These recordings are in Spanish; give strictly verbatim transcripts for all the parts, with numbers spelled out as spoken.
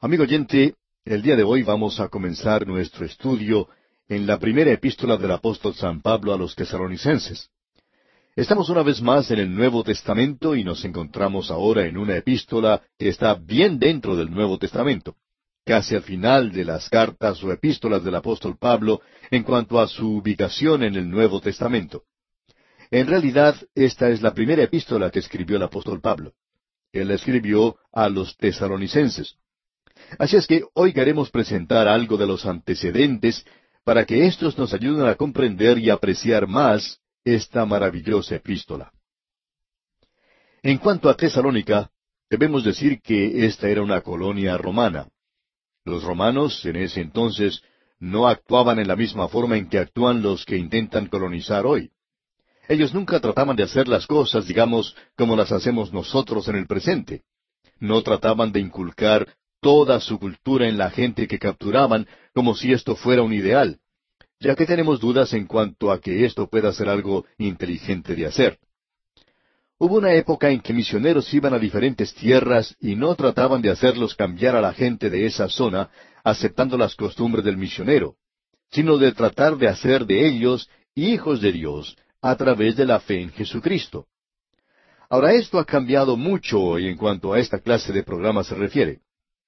Amigo oyente, el día de hoy vamos a comenzar nuestro estudio en la primera epístola del apóstol San Pablo a los tesalonicenses. Estamos una vez más en el Nuevo Testamento y nos encontramos ahora en una epístola que está bien dentro del Nuevo Testamento, casi al final de las cartas o epístolas del apóstol Pablo en cuanto a su ubicación en el Nuevo Testamento. En realidad, esta es la primera epístola que escribió el apóstol Pablo. Él la escribió a los tesalonicenses. Así es que hoy queremos presentar algo de los antecedentes para que éstos nos ayuden a comprender y apreciar más esta maravillosa epístola. En cuanto a Tesalónica, debemos decir que esta era una colonia romana. Los romanos en ese entonces no actuaban en la misma forma en que actúan los que intentan colonizar hoy. Ellos nunca trataban de hacer las cosas, digamos, como las hacemos nosotros en el presente. No trataban de inculcar toda su cultura en la gente que capturaban como si esto fuera un ideal, ya que tenemos dudas en cuanto a que esto pueda ser algo inteligente de hacer. Hubo una época en que misioneros iban a diferentes tierras y no trataban de hacerlos cambiar a la gente de esa zona aceptando las costumbres del misionero, sino de tratar de hacer de ellos hijos de Dios a través de la fe en Jesucristo. Ahora, esto ha cambiado mucho hoy en cuanto a esta clase de programa se refiere.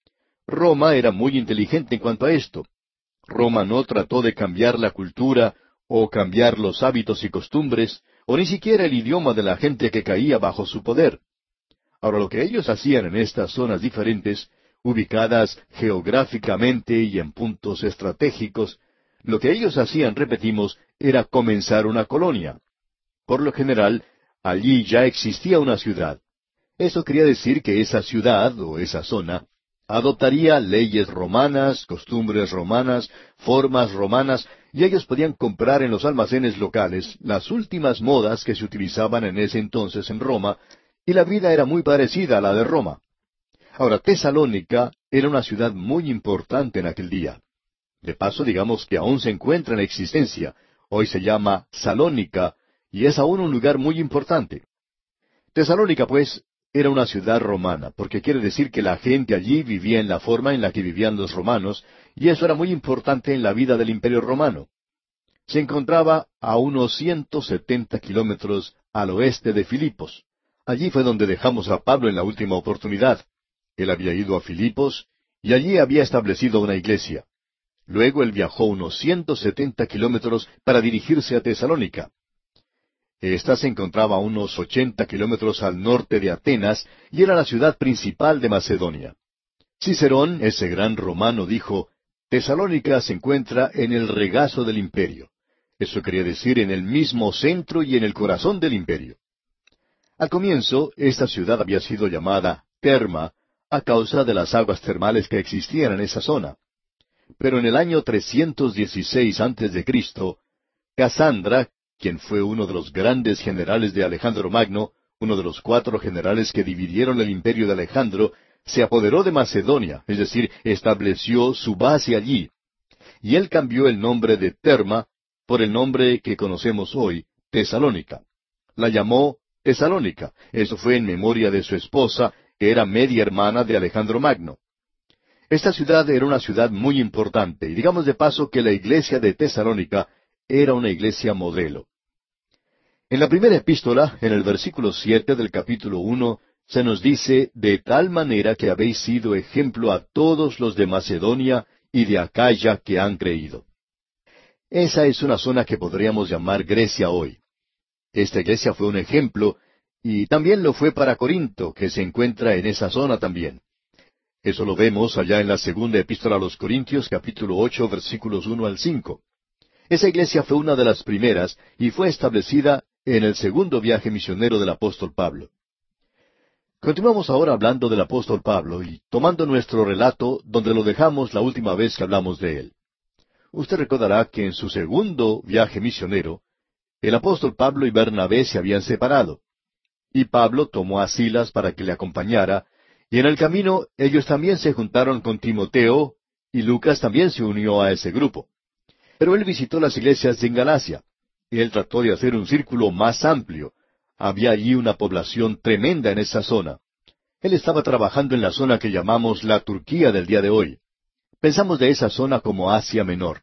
Roma era muy inteligente en cuanto a esto. Roma no trató de cambiar la cultura o cambiar los hábitos y costumbres, o ni siquiera el idioma de la gente que caía bajo su poder. Ahora, lo que ellos hacían en estas zonas diferentes, ubicadas geográficamente y en puntos estratégicos, lo que ellos hacían, repetimos, era comenzar una colonia. Por lo general, allí ya existía una ciudad. Eso quería decir que esa ciudad o esa zona adoptaría leyes romanas, costumbres romanas, formas romanas, y ellos podían comprar en los almacenes locales las últimas modas que se utilizaban en ese entonces en Roma, y la vida era muy parecida a la de Roma. Ahora, Tesalónica era una ciudad muy importante en aquel día. De paso, digamos que aún se encuentra en existencia. Hoy se llama Salónica, y es aún un lugar muy importante. Tesalónica, pues, era una ciudad romana, porque quiere decir que la gente allí vivía en la forma en la que vivían los romanos, y eso era muy importante en la vida del Imperio Romano. Se encontraba a unos ciento setenta kilómetros al oeste de Filipos. Allí fue donde dejamos a Pablo en la última oportunidad. Él había ido a Filipos, y allí había establecido una iglesia. Luego él viajó unos ciento setenta kilómetros para dirigirse a Tesalónica. Esta se encontraba a unos ochenta kilómetros al norte de Atenas y era la ciudad principal de Macedonia. Cicerón, ese gran romano, dijo, Tesalónica se encuentra en el regazo del imperio. Eso quería decir en el mismo centro y en el corazón del imperio. Al comienzo, esta ciudad había sido llamada Terma a causa de las aguas termales que existían en esa zona. Pero en el año trescientos dieciséis antes de Cristo, Casandra, quien fue uno de los grandes generales de Alejandro Magno, uno de los cuatro generales que dividieron el imperio de Alejandro, se apoderó de Macedonia, es decir, estableció su base allí. Y él cambió el nombre de Terma por el nombre que conocemos hoy, Tesalónica. La llamó Tesalónica. Eso fue en memoria de su esposa, que era media hermana de Alejandro Magno. Esta ciudad era una ciudad muy importante, y digamos de paso que la iglesia de Tesalónica era una iglesia modelo. En la primera epístola, en el versículo siete del capítulo uno, se nos dice, de tal manera que habéis sido ejemplo a todos los de Macedonia y de Acaya que han creído. Esa es una zona que podríamos llamar Grecia hoy. Esta iglesia fue un ejemplo, y también lo fue para Corinto, que se encuentra en esa zona también. Eso lo vemos allá en la segunda epístola a los Corintios, capítulo ocho, versículos uno al cinco. Esa iglesia fue una de las primeras y fue establecida en el segundo viaje misionero del apóstol Pablo. Continuamos ahora hablando del apóstol Pablo y tomando nuestro relato donde lo dejamos la última vez que hablamos de él. Usted recordará que en su segundo viaje misionero, el apóstol Pablo y Bernabé se habían separado, y Pablo tomó a Silas para que le acompañara, y en el camino ellos también se juntaron con Timoteo, y Lucas también se unió a ese grupo. Pero él visitó las iglesias en Galacia, y él trató de hacer un círculo más amplio. Había allí una población tremenda en esa zona. Él estaba trabajando en la zona que llamamos la Turquía del día de hoy. Pensamos de esa zona como Asia Menor.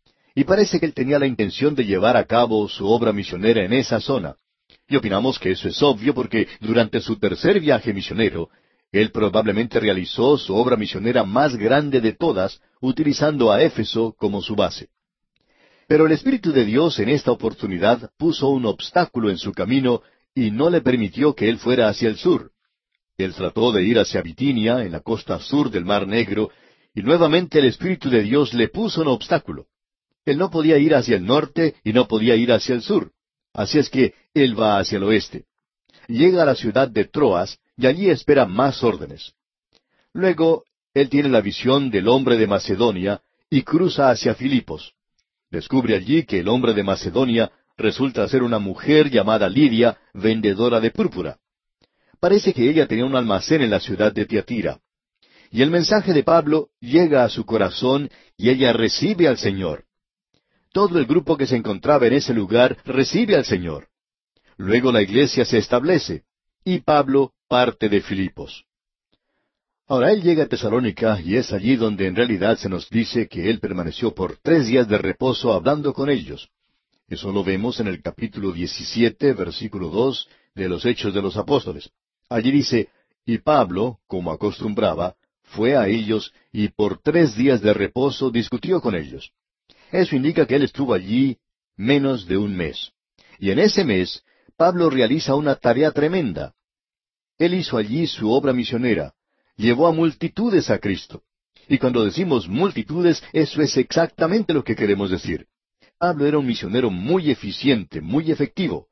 Y parece que él tenía la intención de llevar a cabo su obra misionera en esa zona. Y opinamos que eso es obvio porque durante su tercer viaje misionero, él probablemente realizó su obra misionera más grande de todas, utilizando a Éfeso como su base. Pero el Espíritu de Dios en esta oportunidad puso un obstáculo en su camino y no le permitió que él fuera hacia el sur. Él trató de ir hacia Bitinia, en la costa sur del Mar Negro, y nuevamente el Espíritu de Dios le puso un obstáculo. Él no podía ir hacia el norte y no podía ir hacia el sur. Así es que él va hacia el oeste. Llega a la ciudad de Troas y allí espera más órdenes. Luego, él tiene la visión del hombre de Macedonia y cruza hacia Filipos. Descubre allí que el hombre de Macedonia resulta ser una mujer llamada Lidia, vendedora de púrpura. Parece que ella tenía un almacén en la ciudad de Tiatira. Y el mensaje de Pablo llega a su corazón y ella recibe al Señor. Todo el grupo que se encontraba en ese lugar recibe al Señor. Luego la iglesia se establece, y Pablo parte de Filipos. Ahora él llega a Tesalónica, y es allí donde en realidad se nos dice que él permaneció por tres días de reposo hablando con ellos. Eso lo vemos en el capítulo diecisiete, versículo dos, de los Hechos de los Apóstoles. Allí dice, y Pablo, como acostumbraba, fue a ellos, y por tres días de reposo discutió con ellos. Eso indica que él estuvo allí menos de un mes. Y en ese mes, Pablo realiza una tarea tremenda. Él hizo allí su obra misionera. Llevó a multitudes a Cristo. Y cuando decimos multitudes, eso es exactamente lo que queremos decir. Pablo era un misionero muy eficiente, muy efectivo.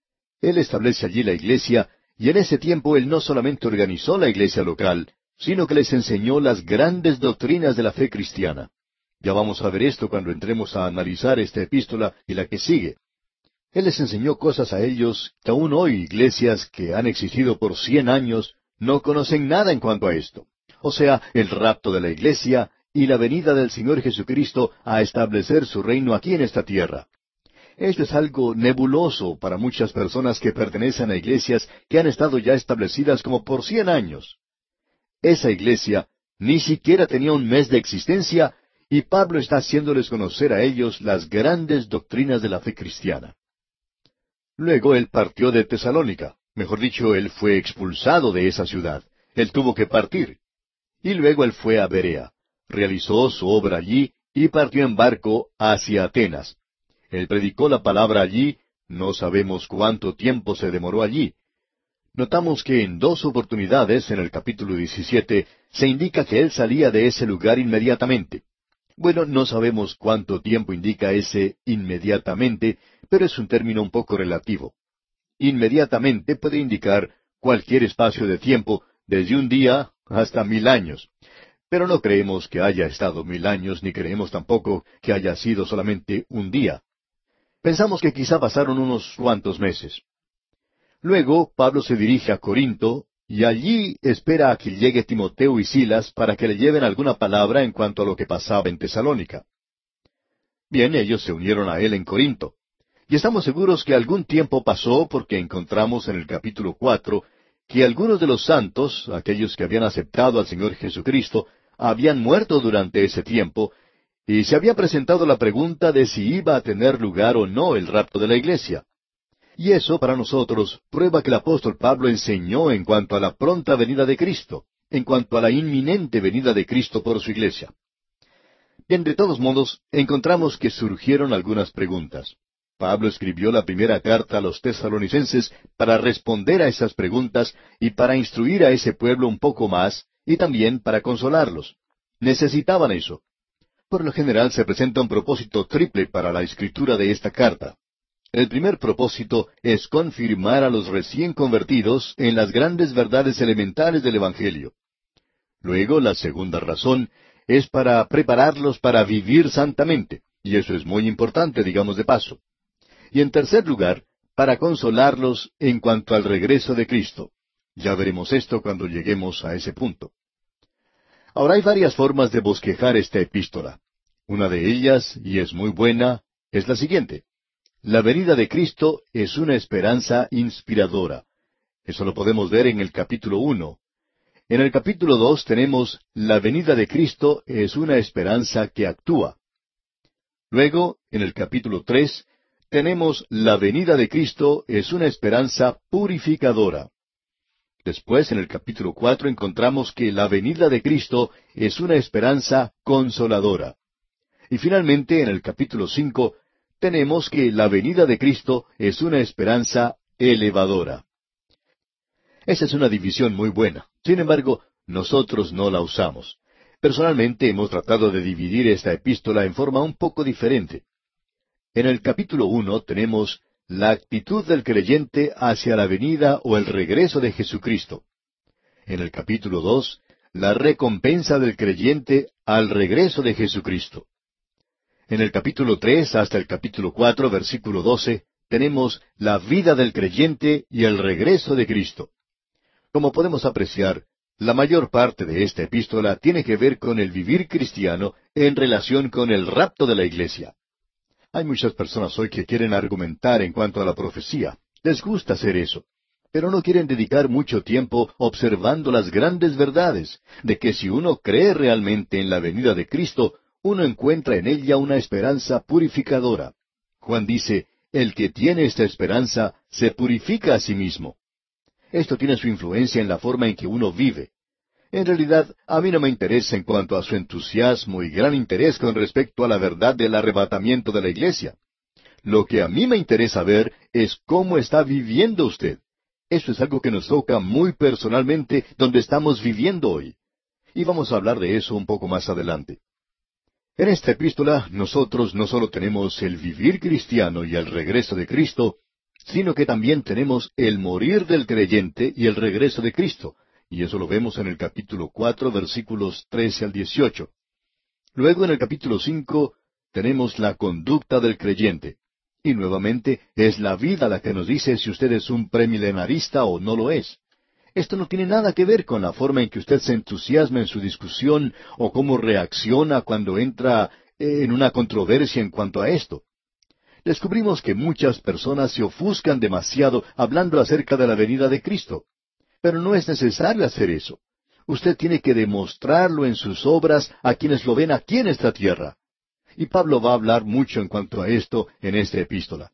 Él establece allí la iglesia, y en ese tiempo él no solamente organizó la iglesia local, sino que les enseñó las grandes doctrinas de la fe cristiana. Ya vamos a ver esto cuando entremos a analizar esta epístola y la que sigue. Él les enseñó cosas a ellos que aún hoy iglesias que han existido por cien años no conocen nada en cuanto a esto. O sea, el rapto de la iglesia y la venida del Señor Jesucristo a establecer su reino aquí en esta tierra. Esto es algo nebuloso para muchas personas que pertenecen a iglesias que han estado ya establecidas como por cien años. Esa iglesia ni siquiera tenía un mes de existencia y Pablo está haciéndoles conocer a ellos las grandes doctrinas de la fe cristiana. Luego él partió de Tesalónica. Mejor dicho, él fue expulsado de esa ciudad. Él tuvo que partir. Y luego él fue a Berea. Realizó su obra allí y partió en barco hacia Atenas. Él predicó la palabra allí, no sabemos cuánto tiempo se demoró allí. Notamos que en dos oportunidades, en el capítulo diecisiete, se indica que él salía de ese lugar inmediatamente. Bueno, no sabemos cuánto tiempo indica ese inmediatamente, pero es un término un poco relativo. Inmediatamente puede indicar cualquier espacio de tiempo, desde un día hasta mil años. Pero no creemos que haya estado mil años, ni creemos tampoco que haya sido solamente un día. Pensamos que quizá pasaron unos cuantos meses. Luego Pablo se dirige a Corinto, y allí espera a que llegue Timoteo y Silas para que le lleven alguna palabra en cuanto a lo que pasaba en Tesalónica. Bien, ellos se unieron a él en Corinto. Y estamos seguros que algún tiempo pasó porque encontramos en el capítulo cuatro que algunos de los santos, aquellos que habían aceptado al Señor Jesucristo, habían muerto durante ese tiempo, y se había presentado la pregunta de si iba a tener lugar o no el rapto de la iglesia. Y eso, para nosotros, prueba que el apóstol Pablo enseñó en cuanto a la pronta venida de Cristo, en cuanto a la inminente venida de Cristo por su iglesia. Bien, de todos modos, encontramos que surgieron algunas preguntas. Pablo escribió la primera carta a los tesalonicenses para responder a esas preguntas y para instruir a ese pueblo un poco más, y también para consolarlos. Necesitaban eso. Por lo general se presenta un propósito triple para la escritura de esta carta. El primer propósito es confirmar a los recién convertidos en las grandes verdades elementales del Evangelio. Luego, la segunda razón es para prepararlos para vivir santamente, y eso es muy importante, digamos de paso. Y en tercer lugar, para consolarlos en cuanto al regreso de Cristo. Ya veremos esto cuando lleguemos a ese punto. Ahora hay varias formas de bosquejar esta epístola. Una de ellas, y es muy buena, es la siguiente. La venida de Cristo es una esperanza inspiradora. Eso lo podemos ver en el capítulo uno. En el capítulo dos tenemos la venida de Cristo es una esperanza que actúa. Luego, en el capítulo tres, tenemos la venida de Cristo es una esperanza purificadora. Después, en el capítulo cuatro, encontramos que la venida de Cristo es una esperanza consoladora. Y finalmente, en el capítulo cinco, tenemos que la venida de Cristo es una esperanza elevadora. Esa es una división muy buena. Sin embargo, nosotros no la usamos. Personalmente hemos tratado de dividir esta epístola en forma un poco diferente. En el capítulo uno tenemos la actitud del creyente hacia la venida o el regreso de Jesucristo. En el capítulo dos, la recompensa del creyente al regreso de Jesucristo. En el capítulo tres hasta el capítulo cuatro, versículo doce, tenemos la vida del creyente y el regreso de Cristo. Como podemos apreciar, la mayor parte de esta epístola tiene que ver con el vivir cristiano en relación con el rapto de la iglesia. Hay muchas personas hoy que quieren argumentar en cuanto a la profecía. Les gusta hacer eso, pero no quieren dedicar mucho tiempo observando las grandes verdades, de que si uno cree realmente en la venida de Cristo, uno encuentra en ella una esperanza purificadora. Juan dice, el que tiene esta esperanza se purifica a sí mismo. Esto tiene su influencia en la forma en que uno vive. En realidad, a mí no me interesa en cuanto a su entusiasmo y gran interés con respecto a la verdad del arrebatamiento de la iglesia. Lo que a mí me interesa ver es cómo está viviendo usted. Eso es algo que nos toca muy personalmente donde estamos viviendo hoy. Y vamos a hablar de eso un poco más adelante. En esta epístola nosotros no solo tenemos el vivir cristiano y el regreso de Cristo, sino que también tenemos el morir del creyente y el regreso de Cristo, y eso lo vemos en el capítulo cuatro, versículos trece al dieciocho. Luego en el capítulo cinco tenemos la conducta del creyente, y nuevamente es la vida la que nos dice si usted es un premilenarista o no lo es. Esto no tiene nada que ver con la forma en que usted se entusiasma en su discusión o cómo reacciona cuando entra en una controversia en cuanto a esto. Descubrimos que muchas personas se ofuscan demasiado hablando acerca de la venida de Cristo. Pero no es necesario hacer eso. Usted tiene que demostrarlo en sus obras a quienes lo ven aquí en esta tierra. Y Pablo va a hablar mucho en cuanto a esto en esta epístola.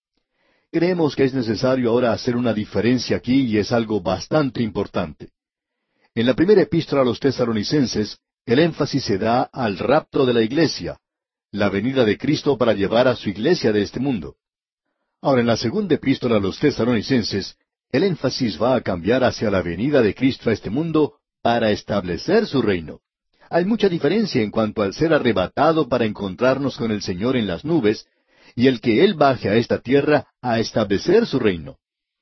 Creemos que es necesario ahora hacer una diferencia aquí y es algo bastante importante. En la primera epístola a los tesalonicenses, el énfasis se da al rapto de la iglesia, la venida de Cristo para llevar a su iglesia de este mundo. Ahora, en la segunda epístola a los tesalonicenses, el énfasis va a cambiar hacia la venida de Cristo a este mundo para establecer su reino. Hay mucha diferencia en cuanto al ser arrebatado para encontrarnos con el Señor en las nubes, y el que Él baje a esta tierra a establecer su reino.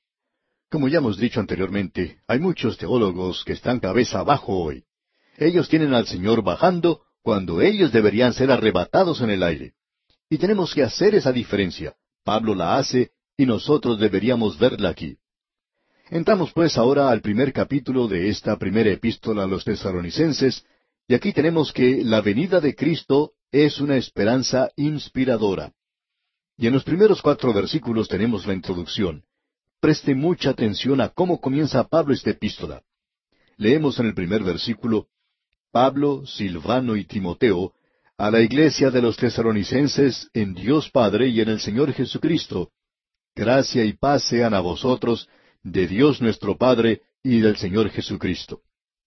Como ya hemos dicho anteriormente, hay muchos teólogos que están cabeza abajo hoy. Ellos tienen al Señor bajando cuando ellos deberían ser arrebatados en el aire. Y tenemos que hacer esa diferencia. Pablo la hace y nosotros deberíamos verla aquí. Entramos pues ahora al primer capítulo de esta primera epístola a los tesalonicenses, y aquí tenemos que la venida de Cristo es una esperanza inspiradora. Y en los primeros cuatro versículos tenemos la introducción. Preste mucha atención a cómo comienza Pablo esta epístola. Leemos en el primer versículo, Pablo, Silvano y Timoteo, a la iglesia de los tesalonicenses en Dios Padre y en el Señor Jesucristo, gracia y paz sean a vosotros, de Dios nuestro Padre y del Señor Jesucristo.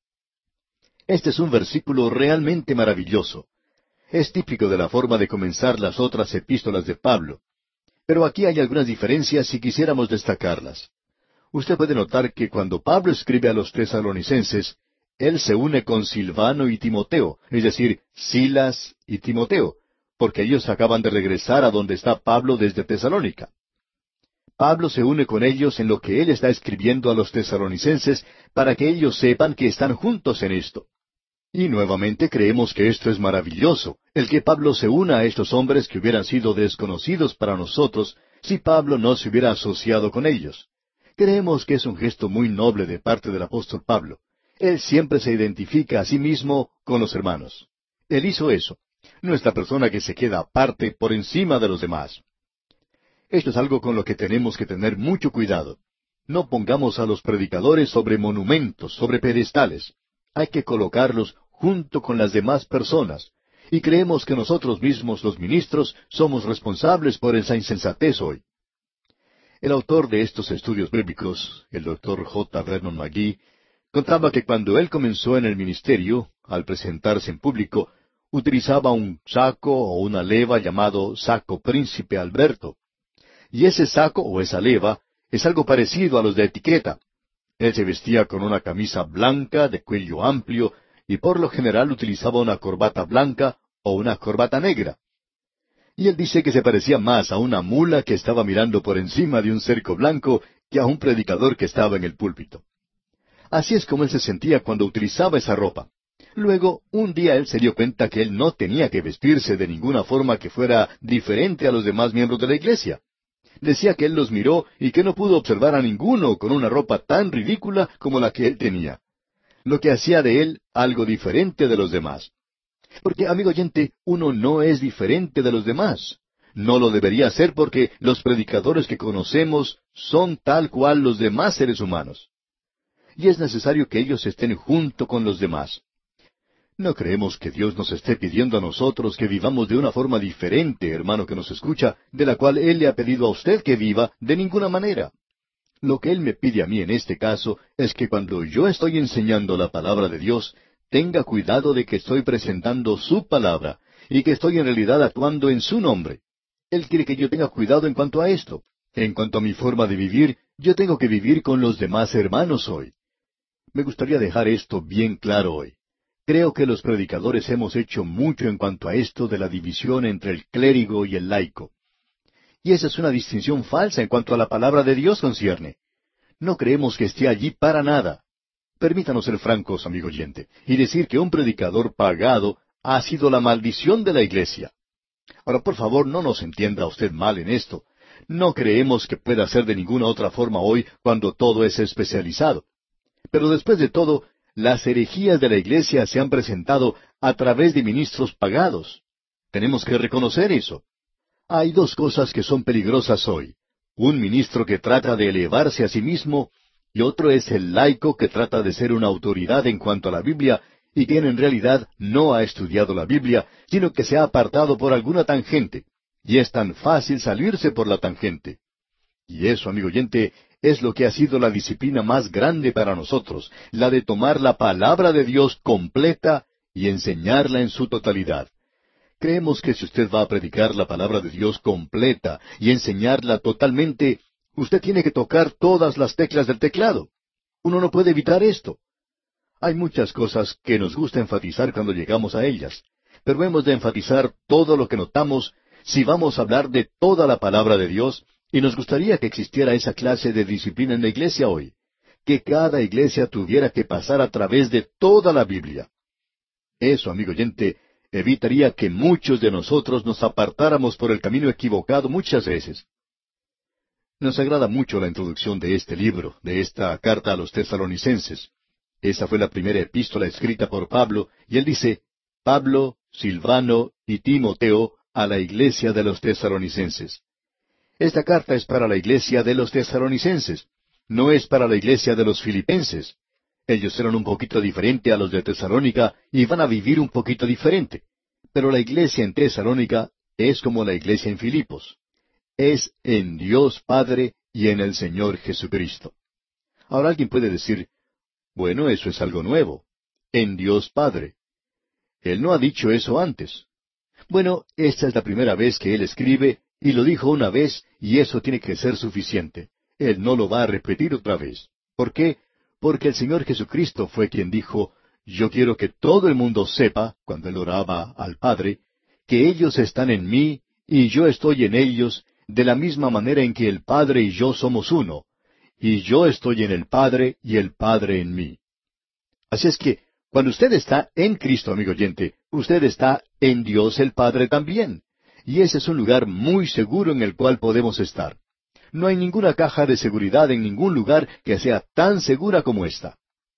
Este es un versículo realmente maravilloso. Es típico de la forma de comenzar las otras epístolas de Pablo. Pero aquí hay algunas diferencias si quisiéramos destacarlas. Usted puede notar que cuando Pablo escribe a los tesalonicenses, él se une con Silvano y Timoteo, es decir, Silas y Timoteo, porque ellos acaban de regresar a donde está Pablo desde Tesalónica. Pablo se une con ellos en lo que él está escribiendo a los tesalonicenses para que ellos sepan que están juntos en esto. Y nuevamente creemos que esto es maravilloso, el que Pablo se una a estos hombres que hubieran sido desconocidos para nosotros si Pablo no se hubiera asociado con ellos. Creemos que es un gesto muy noble de parte del apóstol Pablo. Él siempre se identifica a sí mismo con los hermanos. Él hizo eso. No es la persona que se queda aparte por encima de los demás. Esto es algo con lo que tenemos que tener mucho cuidado. no pongamos a los predicadores sobre monumentos, sobre pedestales. Hay que colocarlos junto con las demás personas. Y creemos que nosotros mismos, los ministros, somos responsables por esa insensatez hoy. El autor de estos estudios bíblicos, el doctor J. Vernon McGee, contaba que cuando él comenzó en el ministerio, al presentarse en público, utilizaba un saco o una leva llamado saco Príncipe Alberto. Y ese saco o esa leva es algo parecido a los de etiqueta. Él se vestía con una camisa blanca de cuello amplio y por lo general utilizaba una corbata blanca o una corbata negra. Y él dice que se parecía más a una mula que estaba mirando por encima de un cerco blanco que a un predicador que estaba en el púlpito. Así es como él se sentía cuando utilizaba esa ropa. Luego, un día él se dio cuenta que él no tenía que vestirse de ninguna forma que fuera diferente a los demás miembros de la iglesia. Decía que él los miró y que no pudo observar a ninguno con una ropa tan ridícula como la que él tenía. Lo que hacía de él algo diferente de los demás. Porque, amigo oyente, uno no es diferente de los demás. No lo debería ser porque los predicadores que conocemos son tal cual los demás seres humanos. Y es necesario que ellos estén junto con los demás. No creemos que Dios nos esté pidiendo a nosotros que vivamos de una forma diferente, hermano que nos escucha, de la cual Él le ha pedido a usted que viva de ninguna manera. Lo que Él me pide a mí en este caso es que cuando yo estoy enseñando la palabra de Dios, tenga cuidado de que estoy presentando su palabra y que estoy en realidad actuando en su nombre. Él quiere que yo tenga cuidado en cuanto a esto. En cuanto a mi forma de vivir, yo tengo que vivir con los demás hermanos hoy. Me gustaría dejar esto bien claro hoy. Creo que los predicadores hemos hecho mucho en cuanto a esto de la división entre el clérigo y el laico. Y esa es una distinción falsa en cuanto a la palabra de Dios concierne. No creemos que esté allí para nada. Permítanos ser francos, amigo oyente, y decir que un predicador pagado ha sido la maldición de la iglesia. Ahora, por favor, no nos entienda usted mal en esto. No creemos que pueda ser de ninguna otra forma hoy cuando todo es especializado. Pero después de todo, las herejías de la iglesia se han presentado a través de ministros pagados. Tenemos que reconocer eso. Hay dos cosas que son peligrosas hoy. Un ministro que trata de elevarse a sí mismo, y otro es el laico que trata de ser una autoridad en cuanto a la Biblia, y quien en realidad no ha estudiado la Biblia, sino que se ha apartado por alguna tangente. Y es tan fácil salirse por la tangente. Y eso, amigo oyente, es lo que ha sido la disciplina más grande para nosotros, la de tomar la palabra de Dios completa y enseñarla en su totalidad. Creemos que si usted va a predicar la palabra de Dios completa y enseñarla totalmente, usted tiene que tocar todas las teclas del teclado. Uno no puede evitar esto. Hay muchas cosas que nos gusta enfatizar cuando llegamos a ellas, pero hemos de enfatizar todo lo que notamos si vamos a hablar de toda la palabra de Dios. Y nos gustaría que existiera esa clase de disciplina en la iglesia hoy, que cada iglesia tuviera que pasar a través de toda la Biblia. Eso, amigo oyente, evitaría que muchos de nosotros nos apartáramos por el camino equivocado muchas veces. Nos agrada mucho la introducción de este libro, de esta carta a los tesalonicenses. Esa fue la primera epístola escrita por Pablo, y él dice, Pablo, Silvano y Timoteo a la iglesia de los tesalonicenses. Esta carta es para la iglesia de los tesalonicenses, no es para la iglesia de los filipenses. Ellos eran un poquito diferente a los de Tesalónica y van a vivir un poquito diferente. Pero la iglesia en Tesalónica es como la iglesia en Filipos. Es en Dios Padre y en el Señor Jesucristo. Ahora alguien puede decir, bueno, eso es algo nuevo. En Dios Padre. Él no ha dicho eso antes. Bueno, esta es la primera vez que él escribe, y lo dijo una vez, y eso tiene que ser suficiente. Él no lo va a repetir otra vez. ¿Por qué? Porque el Señor Jesucristo fue quien dijo, yo quiero que todo el mundo sepa, cuando él oraba al Padre, que ellos están en mí, y yo estoy en ellos, de la misma manera en que el Padre y yo somos uno, y yo estoy en el Padre, y el Padre en mí. Así es que, cuando usted está en Cristo, amigo oyente, usted está en Dios el Padre también. Y ese es un lugar muy seguro en el cual podemos estar. No hay ninguna caja de seguridad en ningún lugar que sea tan segura como esta.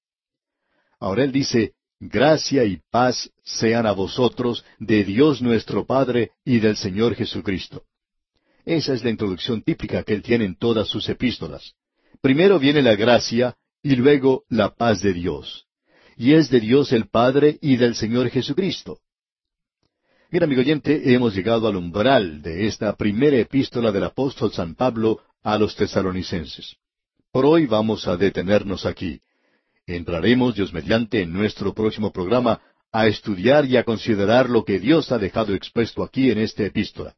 Ahora él dice, gracia y paz sean a vosotros de Dios nuestro Padre y del Señor Jesucristo. Esa es la introducción típica que él tiene en todas sus epístolas. Primero viene la gracia y luego la paz de Dios. Y es de Dios el Padre y del Señor Jesucristo. Mira, amigo oyente, hemos llegado al umbral de esta primera epístola del apóstol San Pablo a los tesalonicenses. Por hoy vamos a detenernos aquí. Entraremos, Dios mediante, en nuestro próximo programa a estudiar y a considerar lo que Dios ha dejado expuesto aquí en esta epístola.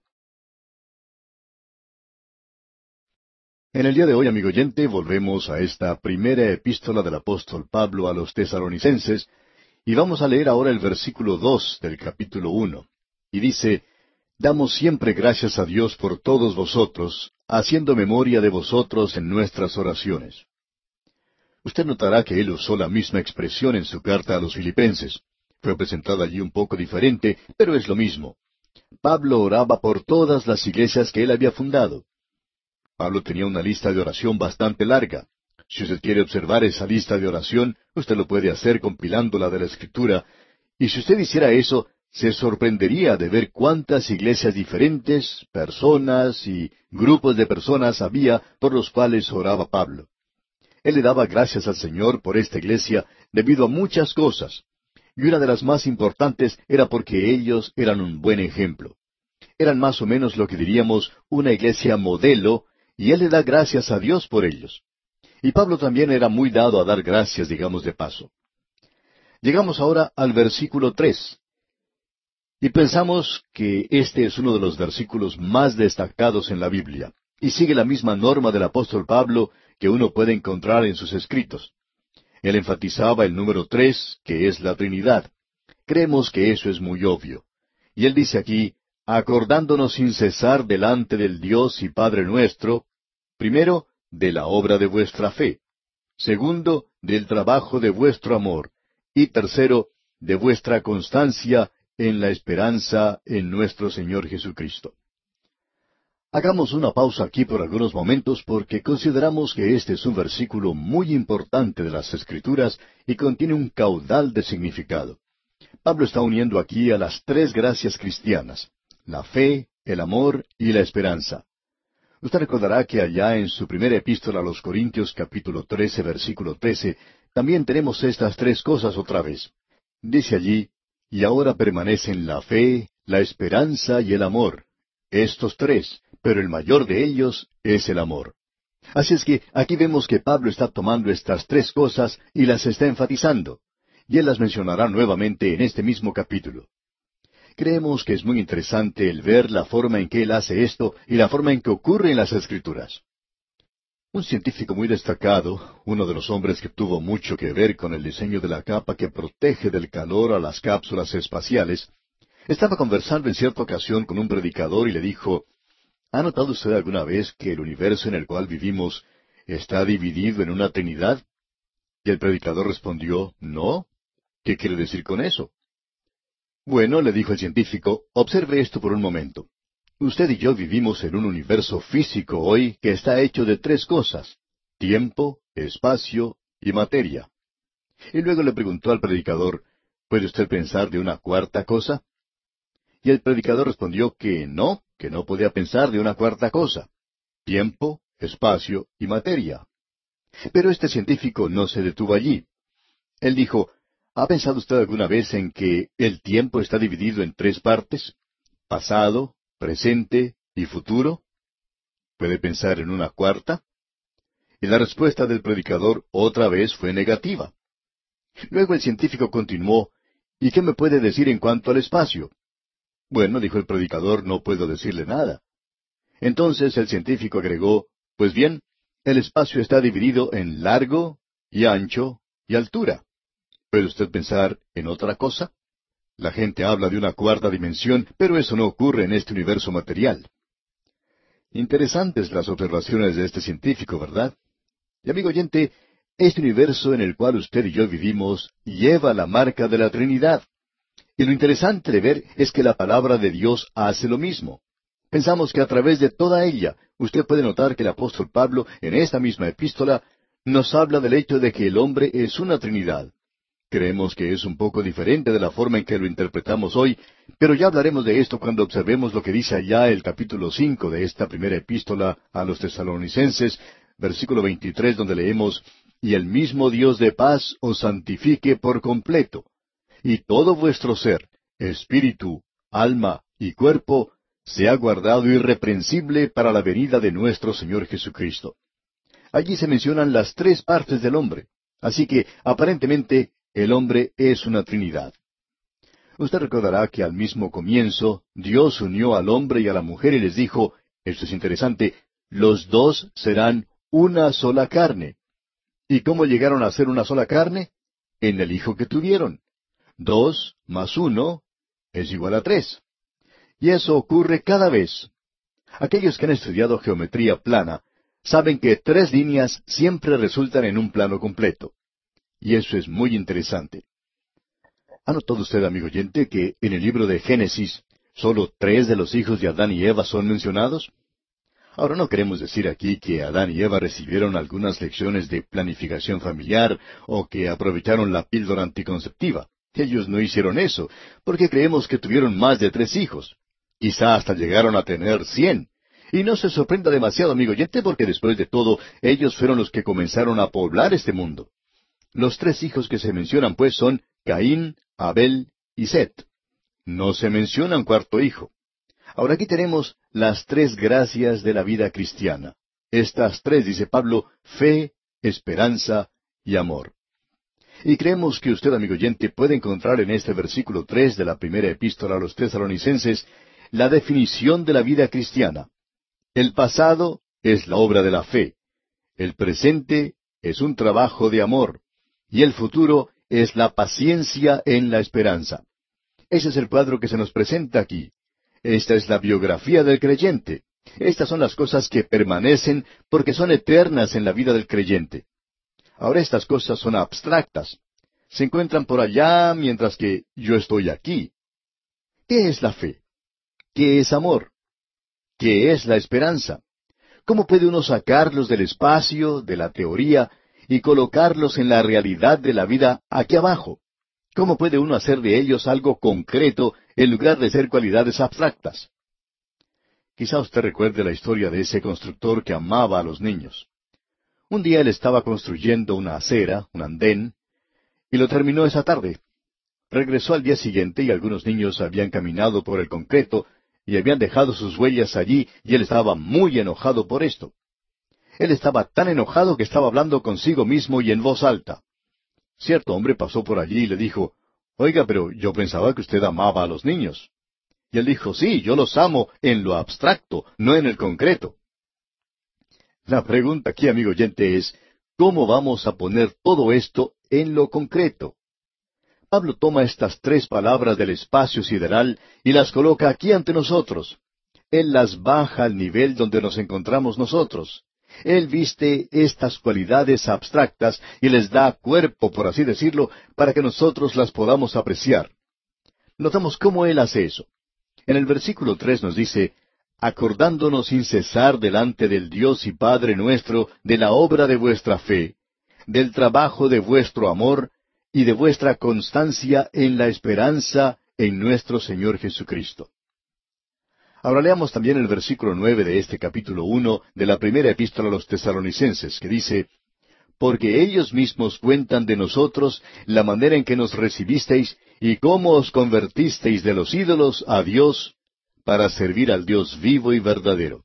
En el día de hoy, amigo oyente, volvemos a esta primera epístola del apóstol Pablo a los tesalonicenses, y vamos a leer ahora el versículo dos del capítulo uno. Y dice, «Damos siempre gracias a Dios por todos vosotros, haciendo memoria de vosotros en nuestras oraciones». Usted notará que él usó la misma expresión en su carta a los filipenses. Fue presentada allí un poco diferente, pero es lo mismo. Pablo oraba por todas las iglesias que él había fundado. Pablo tenía una lista de oración bastante larga. Si usted quiere observar esa lista de oración, usted lo puede hacer compilándola de la Escritura, y si usted hiciera eso, se sorprendería de ver cuántas iglesias diferentes, personas y grupos de personas había por los cuales oraba Pablo. Él le daba gracias al Señor por esta iglesia debido a muchas cosas, y una de las más importantes era porque ellos eran un buen ejemplo. Eran más o menos lo que diríamos una iglesia modelo, y él le da gracias a Dios por ellos. Y Pablo también era muy dado a dar gracias, digamos de paso. Llegamos ahora al versículo tres. Y pensamos que este es uno de los versículos más destacados en la Biblia, y sigue la misma norma del apóstol Pablo que uno puede encontrar en sus escritos. Él enfatizaba el número tres, que es la Trinidad. Creemos que eso es muy obvio. Y él dice aquí, acordándonos sin cesar delante del Dios y Padre nuestro, primero, de la obra de vuestra fe; segundo, del trabajo de vuestro amor; y tercero, de vuestra constancia en la esperanza en nuestro Señor Jesucristo. Hagamos una pausa aquí por algunos momentos porque consideramos que este es un versículo muy importante de las Escrituras y contiene un caudal de significado. Pablo está uniendo aquí a las tres gracias cristianas: la fe, el amor y la esperanza. Usted recordará que allá en su primera epístola a los Corintios, capítulo trece, versículo trece, también tenemos estas tres cosas otra vez. Dice allí, y ahora permanecen la fe, la esperanza y el amor. Estos tres, pero el mayor de ellos es el amor. Así es que aquí vemos que Pablo está tomando estas tres cosas y las está enfatizando, y él las mencionará nuevamente en este mismo capítulo. Creemos que es muy interesante el ver la forma en que él hace esto y la forma en que ocurre en las Escrituras. Un científico muy destacado, uno de los hombres que tuvo mucho que ver con el diseño de la capa que protege del calor a las cápsulas espaciales, estaba conversando en cierta ocasión con un predicador y le dijo, ¿ha notado usted alguna vez que el universo en el cual vivimos está dividido en una trinidad? Y el predicador respondió, no. ¿Qué quiere decir con eso? Bueno, le dijo el científico, observe esto por un momento. Usted y yo vivimos en un universo físico hoy que está hecho de tres cosas: tiempo, espacio y materia. Y luego le preguntó al predicador, ¿puede usted pensar de una cuarta cosa? Y el predicador respondió que no, que no podía pensar de una cuarta cosa: tiempo, espacio y materia. Pero este científico no se detuvo allí. Él dijo, ¿ha pensado usted alguna vez en que el tiempo está dividido en tres partes? Pasado, presente y futuro. ¿Puede pensar en una cuarta? Y la respuesta del predicador otra vez fue negativa. Luego el científico continuó, ¿y qué me puede decir en cuanto al espacio? Bueno, dijo el predicador, no puedo decirle nada. Entonces el científico agregó, pues bien, el espacio está dividido en largo y ancho y altura. ¿Puede usted pensar en otra cosa? La gente habla de una cuarta dimensión, pero eso no ocurre en este universo material. Interesantes las observaciones de este científico, ¿verdad? Y amigo oyente, este universo en el cual usted y yo vivimos lleva la marca de la Trinidad. Y lo interesante de ver es que la palabra de Dios hace lo mismo. Pensamos que a través de toda ella, usted puede notar que el apóstol Pablo, en esta misma epístola, nos habla del hecho de que el hombre es una Trinidad. Creemos que es un poco diferente de la forma en que lo interpretamos hoy, pero ya hablaremos de esto cuando observemos lo que dice allá el capítulo cinco de esta primera epístola a los tesalonicenses, versículo veintitrés, donde leemos, y el mismo Dios de paz os santifique por completo, y todo vuestro ser, espíritu, alma y cuerpo, sea guardado irreprensible para la venida de nuestro Señor Jesucristo. Allí se mencionan las tres partes del hombre, así que aparentemente el hombre es una Trinidad. Usted recordará que al mismo comienzo Dios unió al hombre y a la mujer y les dijo, esto es interesante, los dos serán una sola carne. ¿Y cómo llegaron a ser una sola carne? En el hijo que tuvieron. Dos más uno es igual a tres. Y eso ocurre cada vez. Aquellos que han estudiado geometría plana saben que tres líneas siempre resultan en un plano completo. Y eso es muy interesante. ¿Ha notado usted, amigo oyente, que en el libro de Génesis solo tres de los hijos de Adán y Eva son mencionados? Ahora, no queremos decir aquí que Adán y Eva recibieron algunas lecciones de planificación familiar o que aprovecharon la píldora anticonceptiva. Ellos no hicieron eso, porque creemos que tuvieron más de tres hijos. Quizá hasta llegaron a tener cien. Y no se sorprenda demasiado, amigo oyente, porque después de todo, ellos fueron los que comenzaron a poblar este mundo. Los tres hijos que se mencionan, pues, son Caín, Abel y Set. No se menciona un cuarto hijo. Ahora aquí tenemos las tres gracias de la vida cristiana. Estas tres, dice Pablo, fe, esperanza y amor. Y creemos que usted, amigo oyente, puede encontrar en este versículo tres de la primera epístola a los Tesalonicenses la definición de la vida cristiana. El pasado es la obra de la fe. El presente es un trabajo de amor. Y el futuro es la paciencia en la esperanza. Ese es el cuadro que se nos presenta aquí. Esta es la biografía del creyente. Estas son las cosas que permanecen porque son eternas en la vida del creyente. Ahora estas cosas son abstractas. Se encuentran por allá mientras que yo estoy aquí. ¿Qué es la fe? ¿Qué es amor? ¿Qué es la esperanza? ¿Cómo puede uno sacarlos del espacio, de la teoría, y colocarlos en la realidad de la vida aquí abajo? ¿Cómo puede uno hacer de ellos algo concreto en lugar de ser cualidades abstractas? Quizá usted recuerde la historia de ese constructor que amaba a los niños. Un día él estaba construyendo una acera, un andén, y lo terminó esa tarde. Regresó al día siguiente y algunos niños habían caminado por el concreto y habían dejado sus huellas allí, y él estaba muy enojado por esto. Él estaba tan enojado que estaba hablando consigo mismo y en voz alta. Cierto hombre pasó por allí y le dijo, «Oiga, pero yo pensaba que usted amaba a los niños». Y él dijo, «Sí, yo los amo en lo abstracto, no en el concreto». La pregunta aquí, amigo oyente, es, ¿cómo vamos a poner todo esto en lo concreto? Pablo toma estas tres palabras del espacio sideral y las coloca aquí ante nosotros. Él las baja al nivel donde nos encontramos nosotros. Él viste estas cualidades abstractas y les da cuerpo, por así decirlo, para que nosotros las podamos apreciar. Notamos cómo Él hace eso. En el versículo tres nos dice, acordándonos sin cesar delante del Dios y Padre nuestro de la obra de vuestra fe, del trabajo de vuestro amor y de vuestra constancia en la esperanza en nuestro Señor Jesucristo. Ahora leamos también el versículo nueve de este capítulo uno de la primera epístola a los Tesalonicenses, que dice, porque ellos mismos cuentan de nosotros la manera en que nos recibisteis y cómo os convertisteis de los ídolos a Dios para servir al Dios vivo y verdadero.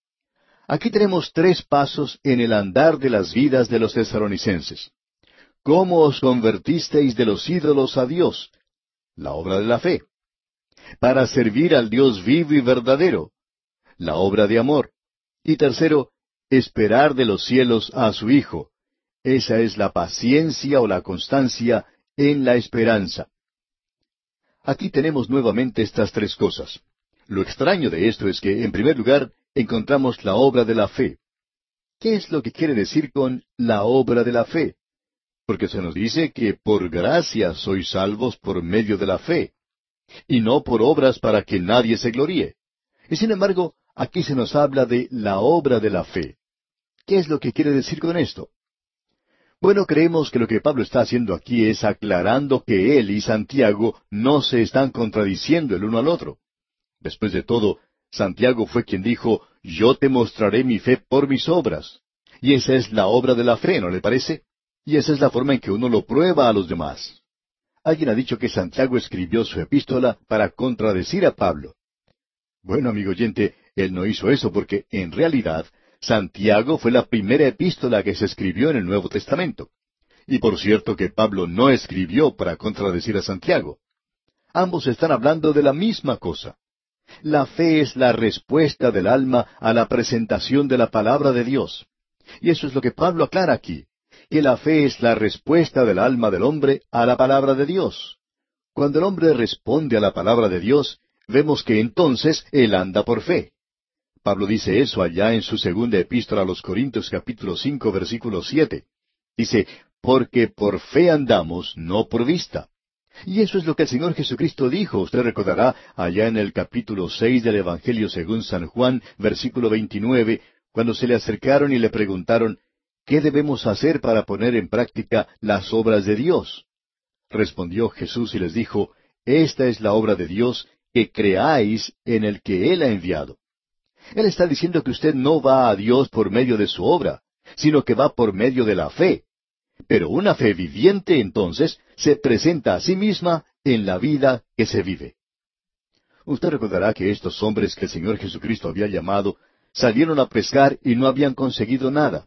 Aquí tenemos tres pasos en el andar de las vidas de los tesalonicenses. ¿Cómo os convertisteis de los ídolos a Dios? La obra de la fe. Para servir al Dios vivo y verdadero. La obra de amor. Y tercero, esperar de los cielos a su Hijo. Esa es la paciencia o la constancia en la esperanza. Aquí tenemos nuevamente estas tres cosas. Lo extraño de esto es que, en primer lugar, encontramos la obra de la fe. ¿Qué es lo que quiere decir con la obra de la fe? Porque se nos dice que por gracia sois salvos por medio de la fe, y no por obras para que nadie se gloríe. Y sin embargo, aquí se nos habla de la obra de la fe. ¿Qué es lo que quiere decir con esto? Bueno, creemos que lo que Pablo está haciendo aquí es aclarando que él y Santiago no se están contradiciendo el uno al otro. Después de todo, Santiago fue quien dijo, yo te mostraré mi fe por mis obras. Y esa es la obra de la fe, ¿no le parece? Y esa es la forma en que uno lo prueba a los demás. Alguien ha dicho que Santiago escribió su epístola para contradecir a Pablo. Bueno, amigo oyente, él no hizo eso porque, en realidad, Santiago fue la primera epístola que se escribió en el Nuevo Testamento. Y por cierto que Pablo no escribió para contradecir a Santiago. Ambos están hablando de la misma cosa. La fe es la respuesta del alma a la presentación de la palabra de Dios. Y eso es lo que Pablo aclara aquí, que la fe es la respuesta del alma del hombre a la palabra de Dios. Cuando el hombre responde a la palabra de Dios, vemos que entonces él anda por fe. Pablo dice eso allá en su segunda epístola a los Corintios capítulo cinco versículo siete. Dice, porque por fe andamos, no por vista. Y eso es lo que el Señor Jesucristo dijo. Usted recordará allá en el capítulo seis del Evangelio según San Juan, versículo veintinueve, cuando se le acercaron y le preguntaron, ¿qué debemos hacer para poner en práctica las obras de Dios? Respondió Jesús y les dijo, esta es la obra de Dios, que creáis en el que Él ha enviado. Él está diciendo que usted no va a Dios por medio de su obra, sino que va por medio de la fe. Pero una fe viviente, entonces, se presenta a sí misma en la vida que se vive. Usted recordará que estos hombres que el Señor Jesucristo había llamado salieron a pescar y no habían conseguido nada.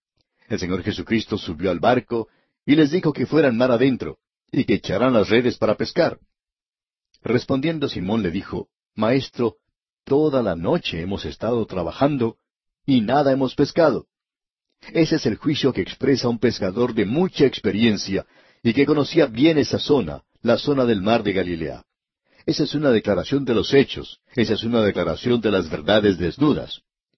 El Señor Jesucristo subió al barco y les dijo que fueran mar adentro y que echaran las redes para pescar. Respondiendo Simón le dijo, Maestro, toda la noche hemos estado trabajando y nada hemos pescado. Ese es el juicio que expresa un pescador de mucha experiencia y que conocía bien esa zona, la zona del mar de Galilea. Esa es una declaración de los hechos, esa es una declaración de las verdades desnudas.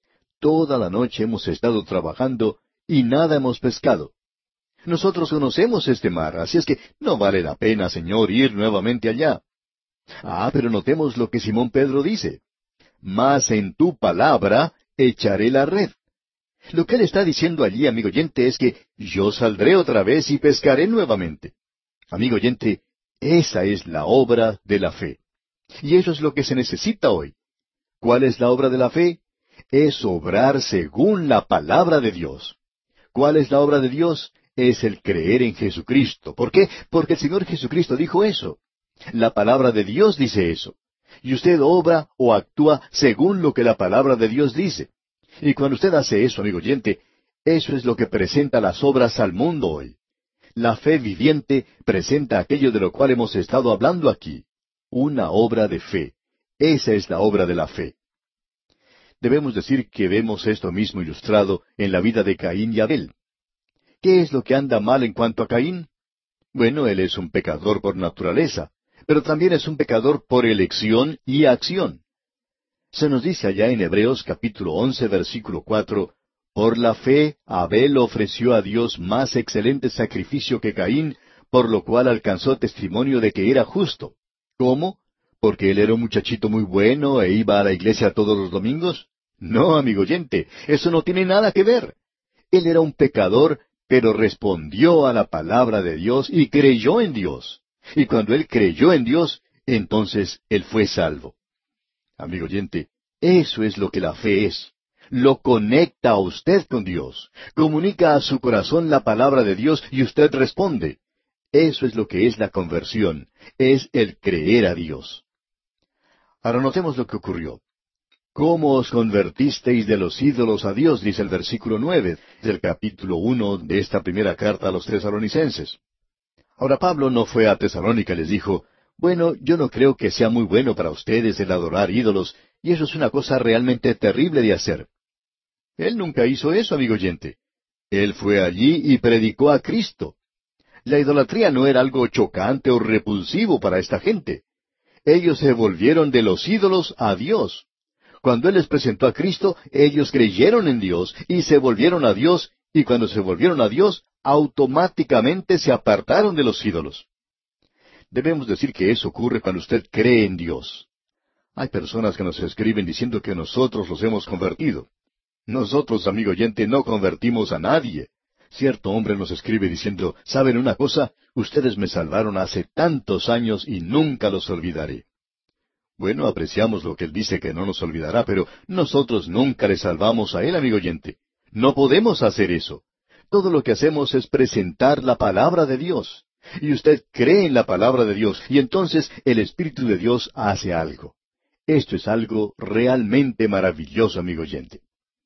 Toda la noche hemos estado trabajando y nada hemos pescado. Nosotros conocemos este mar, así es que no vale la pena, Señor, ir nuevamente allá. Ah, pero notemos lo que Simón Pedro dice. Mas en tu palabra echaré la red. Lo que él está diciendo allí, amigo oyente, es que yo saldré otra vez y pescaré nuevamente. Amigo oyente, esa es la obra de la fe. Y eso es lo que se necesita hoy. ¿Cuál es la obra de la fe? Es obrar según la palabra de Dios. ¿Cuál es la obra de Dios? Es el creer en Jesucristo. ¿Por qué? Porque el Señor Jesucristo dijo eso. La palabra de Dios dice eso. Y usted obra o actúa según lo que la palabra de Dios dice. Y cuando usted hace eso, amigo oyente, eso es lo que presenta las obras al mundo hoy. La fe viviente presenta aquello de lo cual hemos estado hablando aquí. Una obra de fe. Esa es la obra de la fe. Debemos decir que vemos esto mismo ilustrado en la vida de Caín y Abel. ¿Qué es lo que anda mal en cuanto a Caín? Bueno, él es un pecador por naturaleza, pero también es un pecador por elección y acción. Se nos dice allá en Hebreos capítulo once, versículo cuatro, por la fe Abel ofreció a Dios más excelente sacrificio que Caín, por lo cual alcanzó testimonio de que era justo. ¿Cómo? ¿Porque él era un muchachito muy bueno e iba a la iglesia todos los domingos? No, amigo oyente, eso no tiene nada que ver. Él era un pecador, pero respondió a la palabra de Dios y creyó en Dios. Y cuando él creyó en Dios, entonces él fue salvo. Amigo oyente, eso es lo que la fe es. Lo conecta a usted con Dios. Comunica a su corazón la palabra de Dios y usted responde. Eso es lo que es la conversión. Es el creer a Dios. Ahora notemos lo que ocurrió. ¿Cómo os convertisteis de los ídolos a Dios? Dice el versículo nueve del capítulo uno de esta primera carta a los tesalonicenses. Ahora Pablo no fue a Tesalónica y les dijo, bueno, yo no creo que sea muy bueno para ustedes el adorar ídolos, y eso es una cosa realmente terrible de hacer. Él nunca hizo eso, amigo oyente. Él fue allí y predicó a Cristo. La idolatría no era algo chocante o repulsivo para esta gente. Ellos se volvieron de los ídolos a Dios. Cuando Él les presentó a Cristo, ellos creyeron en Dios y se volvieron a Dios, y cuando se volvieron a Dios, automáticamente se apartaron de los ídolos. Debemos decir que eso ocurre cuando usted cree en Dios. Hay personas que nos escriben diciendo que nosotros los hemos convertido. Nosotros, amigo oyente, no convertimos a nadie. Cierto hombre nos escribe diciendo, ¿saben una cosa? Ustedes me salvaron hace tantos años y nunca los olvidaré. Bueno, apreciamos lo que él dice que no nos olvidará, pero nosotros nunca le salvamos a él, amigo oyente. No podemos hacer eso. Todo lo que hacemos es presentar la palabra de Dios. Y usted cree en la palabra de Dios, y entonces el Espíritu de Dios hace algo. Esto es algo realmente maravilloso, amigo oyente.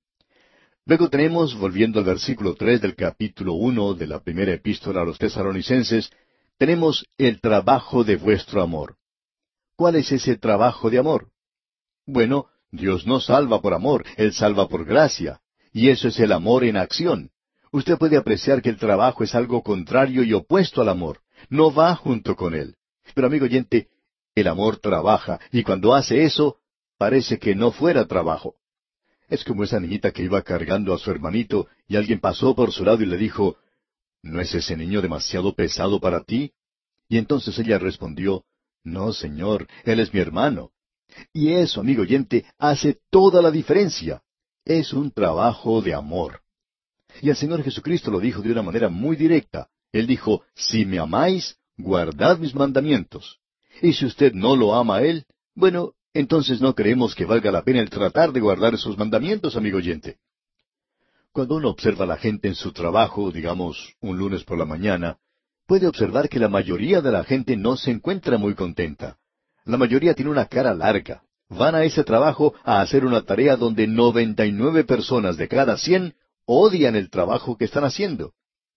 Luego tenemos, volviendo al versículo tres del capítulo uno de la primera epístola a los Tesalonicenses, tenemos el trabajo de vuestro amor. ¿Cuál es ese trabajo de amor? Bueno, Dios no salva por amor, Él salva por gracia. Y eso es el amor en acción. Usted puede apreciar que el trabajo es algo contrario y opuesto al amor. No va junto con él. Pero amigo oyente, el amor trabaja, y cuando hace eso, parece que no fuera trabajo. Es como esa niñita que iba cargando a su hermanito, y alguien pasó por su lado y le dijo, ¿no es ese niño demasiado pesado para ti? Y entonces ella respondió, no, señor, él es mi hermano. Y eso, amigo oyente, hace toda la diferencia. Es un trabajo de amor. Y el Señor Jesucristo lo dijo de una manera muy directa. Él dijo, si me amáis, guardad mis mandamientos. Y si usted no lo ama a Él, bueno, entonces no creemos que valga la pena el tratar de guardar esos mandamientos, amigo oyente. Cuando uno observa a la gente en su trabajo, digamos, un lunes por la mañana, puede observar que la mayoría de la gente no se encuentra muy contenta. La mayoría tiene una cara larga. Van a ese trabajo a hacer una tarea donde noventa y nueve personas de cada cien odian el trabajo que están haciendo.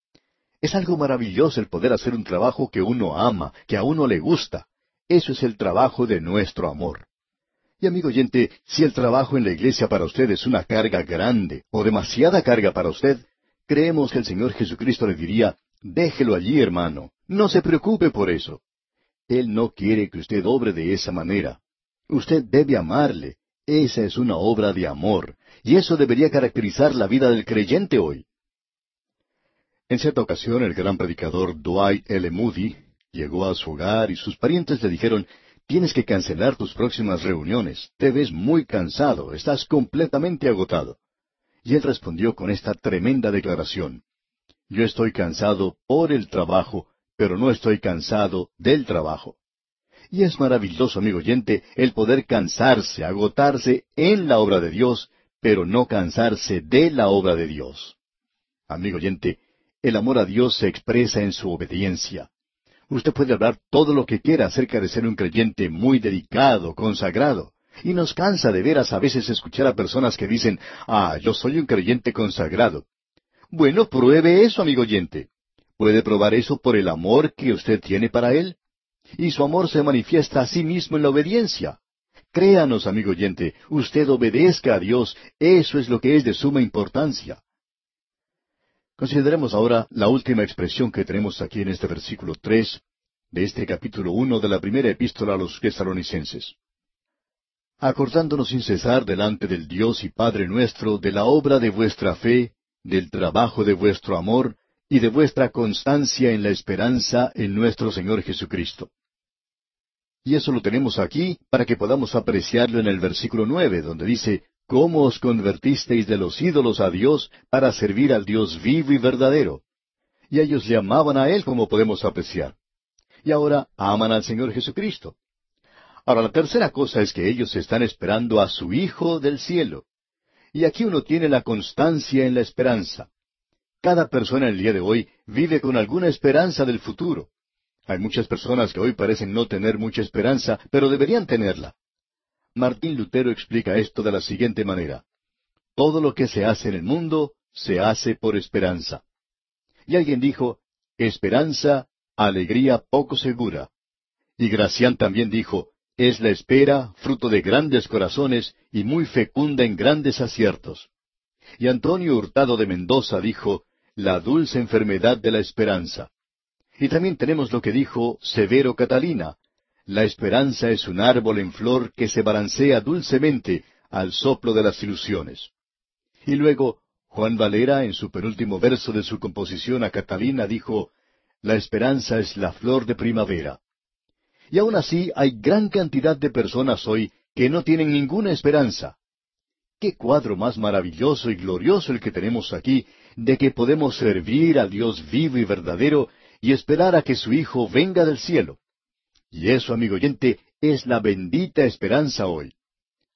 Es algo maravilloso el poder hacer un trabajo que uno ama, que a uno le gusta. Eso es el trabajo de nuestro amor. Y amigo oyente, si el trabajo en la iglesia para usted es una carga grande o demasiada carga para usted, creemos que el Señor Jesucristo le diría, déjelo allí, hermano, no se preocupe por eso. Él no quiere que usted obre de esa manera. Usted debe amarle. Esa es una obra de amor, y eso debería caracterizar la vida del creyente hoy. En cierta ocasión, el gran predicador Dwight L. Moody llegó a su hogar y sus parientes le dijeron, tienes que cancelar tus próximas reuniones, te ves muy cansado, estás completamente agotado. Y él respondió con esta tremenda declaración, yo estoy cansado por el trabajo, pero no estoy cansado del trabajo. Y es maravilloso, amigo oyente, el poder cansarse, agotarse en la obra de Dios, pero no cansarse de la obra de Dios. Amigo oyente, el amor a Dios se expresa en su obediencia. Usted puede hablar todo lo que quiera acerca de ser un creyente muy dedicado, consagrado. Y nos cansa de veras a veces escuchar a personas que dicen, ah, yo soy un creyente consagrado. Bueno, pruebe eso, amigo oyente. ¿Puede probar eso por el amor que usted tiene para Él? Y su amor se manifiesta a sí mismo en la obediencia. Créanos, amigo oyente, usted obedezca a Dios, eso es lo que es de suma importancia. Consideremos ahora la última expresión que tenemos aquí en este versículo tres de este capítulo uno de la primera epístola a los Tesalonicenses. Acordándonos sin cesar delante del Dios y Padre nuestro de la obra de vuestra fe, del trabajo de vuestro amor y de vuestra constancia en la esperanza en nuestro Señor Jesucristo. Y eso lo tenemos aquí para que podamos apreciarlo en el versículo nueve, donde dice, ¿cómo os convertisteis de los ídolos a Dios para servir al Dios vivo y verdadero? Y ellos le amaban a Él, como podemos apreciar. Y ahora aman al Señor Jesucristo. Ahora, la tercera cosa es que ellos están esperando a su Hijo del cielo. Y aquí uno tiene la constancia en la esperanza. Cada persona en el día de hoy vive con alguna esperanza del futuro. Hay muchas personas que hoy parecen no tener mucha esperanza, pero deberían tenerla. Martín Lutero explica esto de la siguiente manera. Todo lo que se hace en el mundo, se hace por esperanza. Y alguien dijo, esperanza, alegría poco segura. Y Gracián también dijo, es la espera, fruto de grandes corazones y muy fecunda en grandes aciertos. Y Antonio Hurtado de Mendoza dijo, la dulce enfermedad de la esperanza. Y también tenemos lo que dijo Severo Catalina, la esperanza es un árbol en flor que se balancea dulcemente al soplo de las ilusiones. Y luego, Juan Valera, en su penúltimo verso de su composición a Catalina, dijo, la esperanza es la flor de primavera. Y aún así hay gran cantidad de personas hoy que no tienen ninguna esperanza. ¡Qué cuadro más maravilloso y glorioso el que tenemos aquí, de que podemos servir al Dios vivo y verdadero y esperar a que su Hijo venga del cielo! Y eso, amigo oyente, es la bendita esperanza hoy.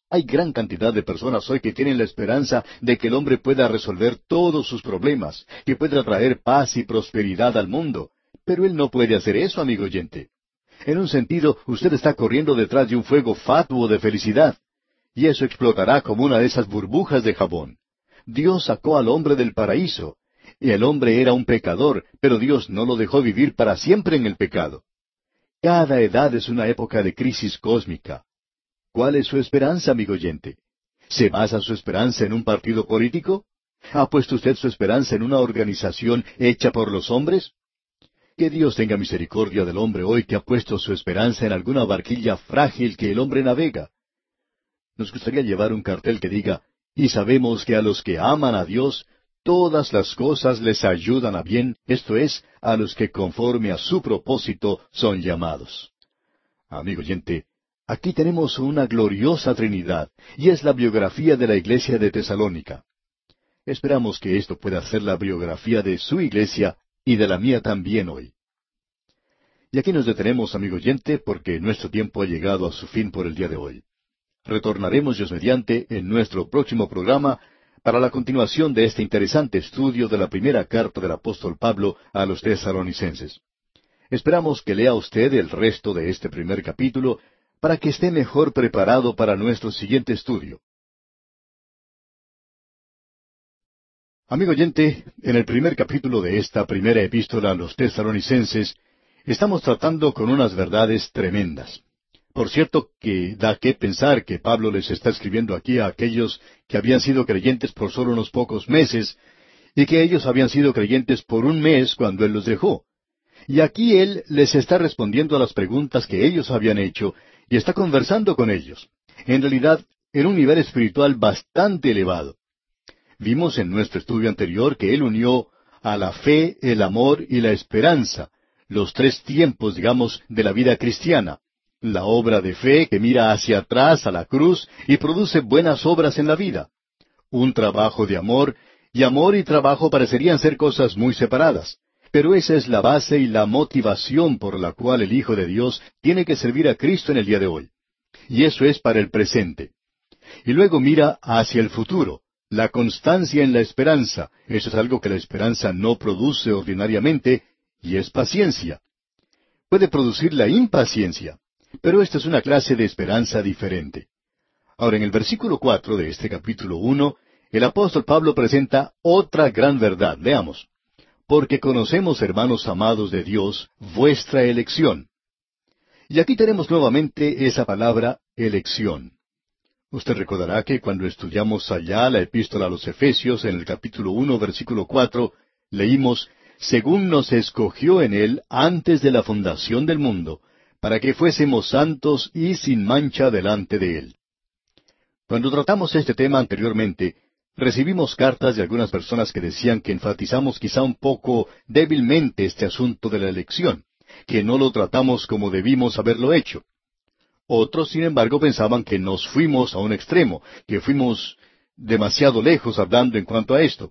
Hay gran cantidad de personas hoy que tienen la esperanza de que el hombre pueda resolver todos sus problemas, que pueda traer paz y prosperidad al mundo. Pero él no puede hacer eso, amigo oyente. En un sentido, usted está corriendo detrás de un fuego fatuo de felicidad, y eso explotará como una de esas burbujas de jabón. Dios sacó al hombre del paraíso, y el hombre era un pecador, pero Dios no lo dejó vivir para siempre en el pecado. Cada edad es una época de crisis cósmica. ¿Cuál es su esperanza, amigo oyente? ¿Se basa su esperanza en un partido político? ¿Ha puesto usted su esperanza en una organización hecha por los hombres? Que Dios tenga misericordia del hombre hoy que ha puesto su esperanza en alguna barquilla frágil que el hombre navega. Nos gustaría llevar un cartel que diga, y sabemos que a los que aman a Dios, todas las cosas les ayudan a bien, esto es, a los que conforme a su propósito son llamados. Amigo oyente, aquí tenemos una gloriosa Trinidad, y es la biografía de la iglesia de Tesalónica. Esperamos que esto pueda ser la biografía de su iglesia y de la mía también hoy. Y aquí nos detenemos, amigo oyente, porque nuestro tiempo ha llegado a su fin por el día de hoy. Retornaremos, Dios mediante, en nuestro próximo programa para la continuación de este interesante estudio de la primera carta del apóstol Pablo a los tesalonicenses. Esperamos que lea usted el resto de este primer capítulo para que esté mejor preparado para nuestro siguiente estudio. Amigo oyente, en el primer capítulo de esta primera epístola a los tesalonicenses, estamos tratando con unas verdades tremendas. Por cierto, que da que pensar que Pablo les está escribiendo aquí a aquellos que habían sido creyentes por solo unos pocos meses, y que ellos habían sido creyentes por un mes cuando él los dejó. Y aquí él les está respondiendo a las preguntas que ellos habían hecho, y está conversando con ellos. En realidad, en un nivel espiritual bastante elevado. Vimos en nuestro estudio anterior que él unió a la fe, el amor y la esperanza, los tres tiempos, digamos, de la vida cristiana. La obra de fe que mira hacia atrás a la cruz y produce buenas obras en la vida. Un trabajo de amor, y amor y trabajo parecerían ser cosas muy separadas. Pero esa es la base y la motivación por la cual el Hijo de Dios tiene que servir a Cristo en el día de hoy. Y eso es para el presente. Y luego mira hacia el futuro, la constancia en la esperanza. Eso es algo que la esperanza no produce ordinariamente, y es paciencia. Puede producir la impaciencia. Pero esta es una clase de esperanza diferente. Ahora, en el versículo cuatro de este capítulo uno, el apóstol Pablo presenta otra gran verdad. Veamos. Porque conocemos, hermanos amados de Dios, vuestra elección. Y aquí tenemos nuevamente esa palabra, elección. Usted recordará que cuando estudiamos allá la epístola a los Efesios, en el capítulo uno, versículo cuatro, leímos, según nos escogió en él antes de la fundación del mundo, para que fuésemos santos y sin mancha delante de él. Cuando tratamos este tema anteriormente, recibimos cartas de algunas personas que decían que enfatizamos quizá un poco débilmente este asunto de la elección, que no lo tratamos como debimos haberlo hecho. Otros, sin embargo, pensaban que nos fuimos a un extremo, que fuimos demasiado lejos hablando en cuanto a esto.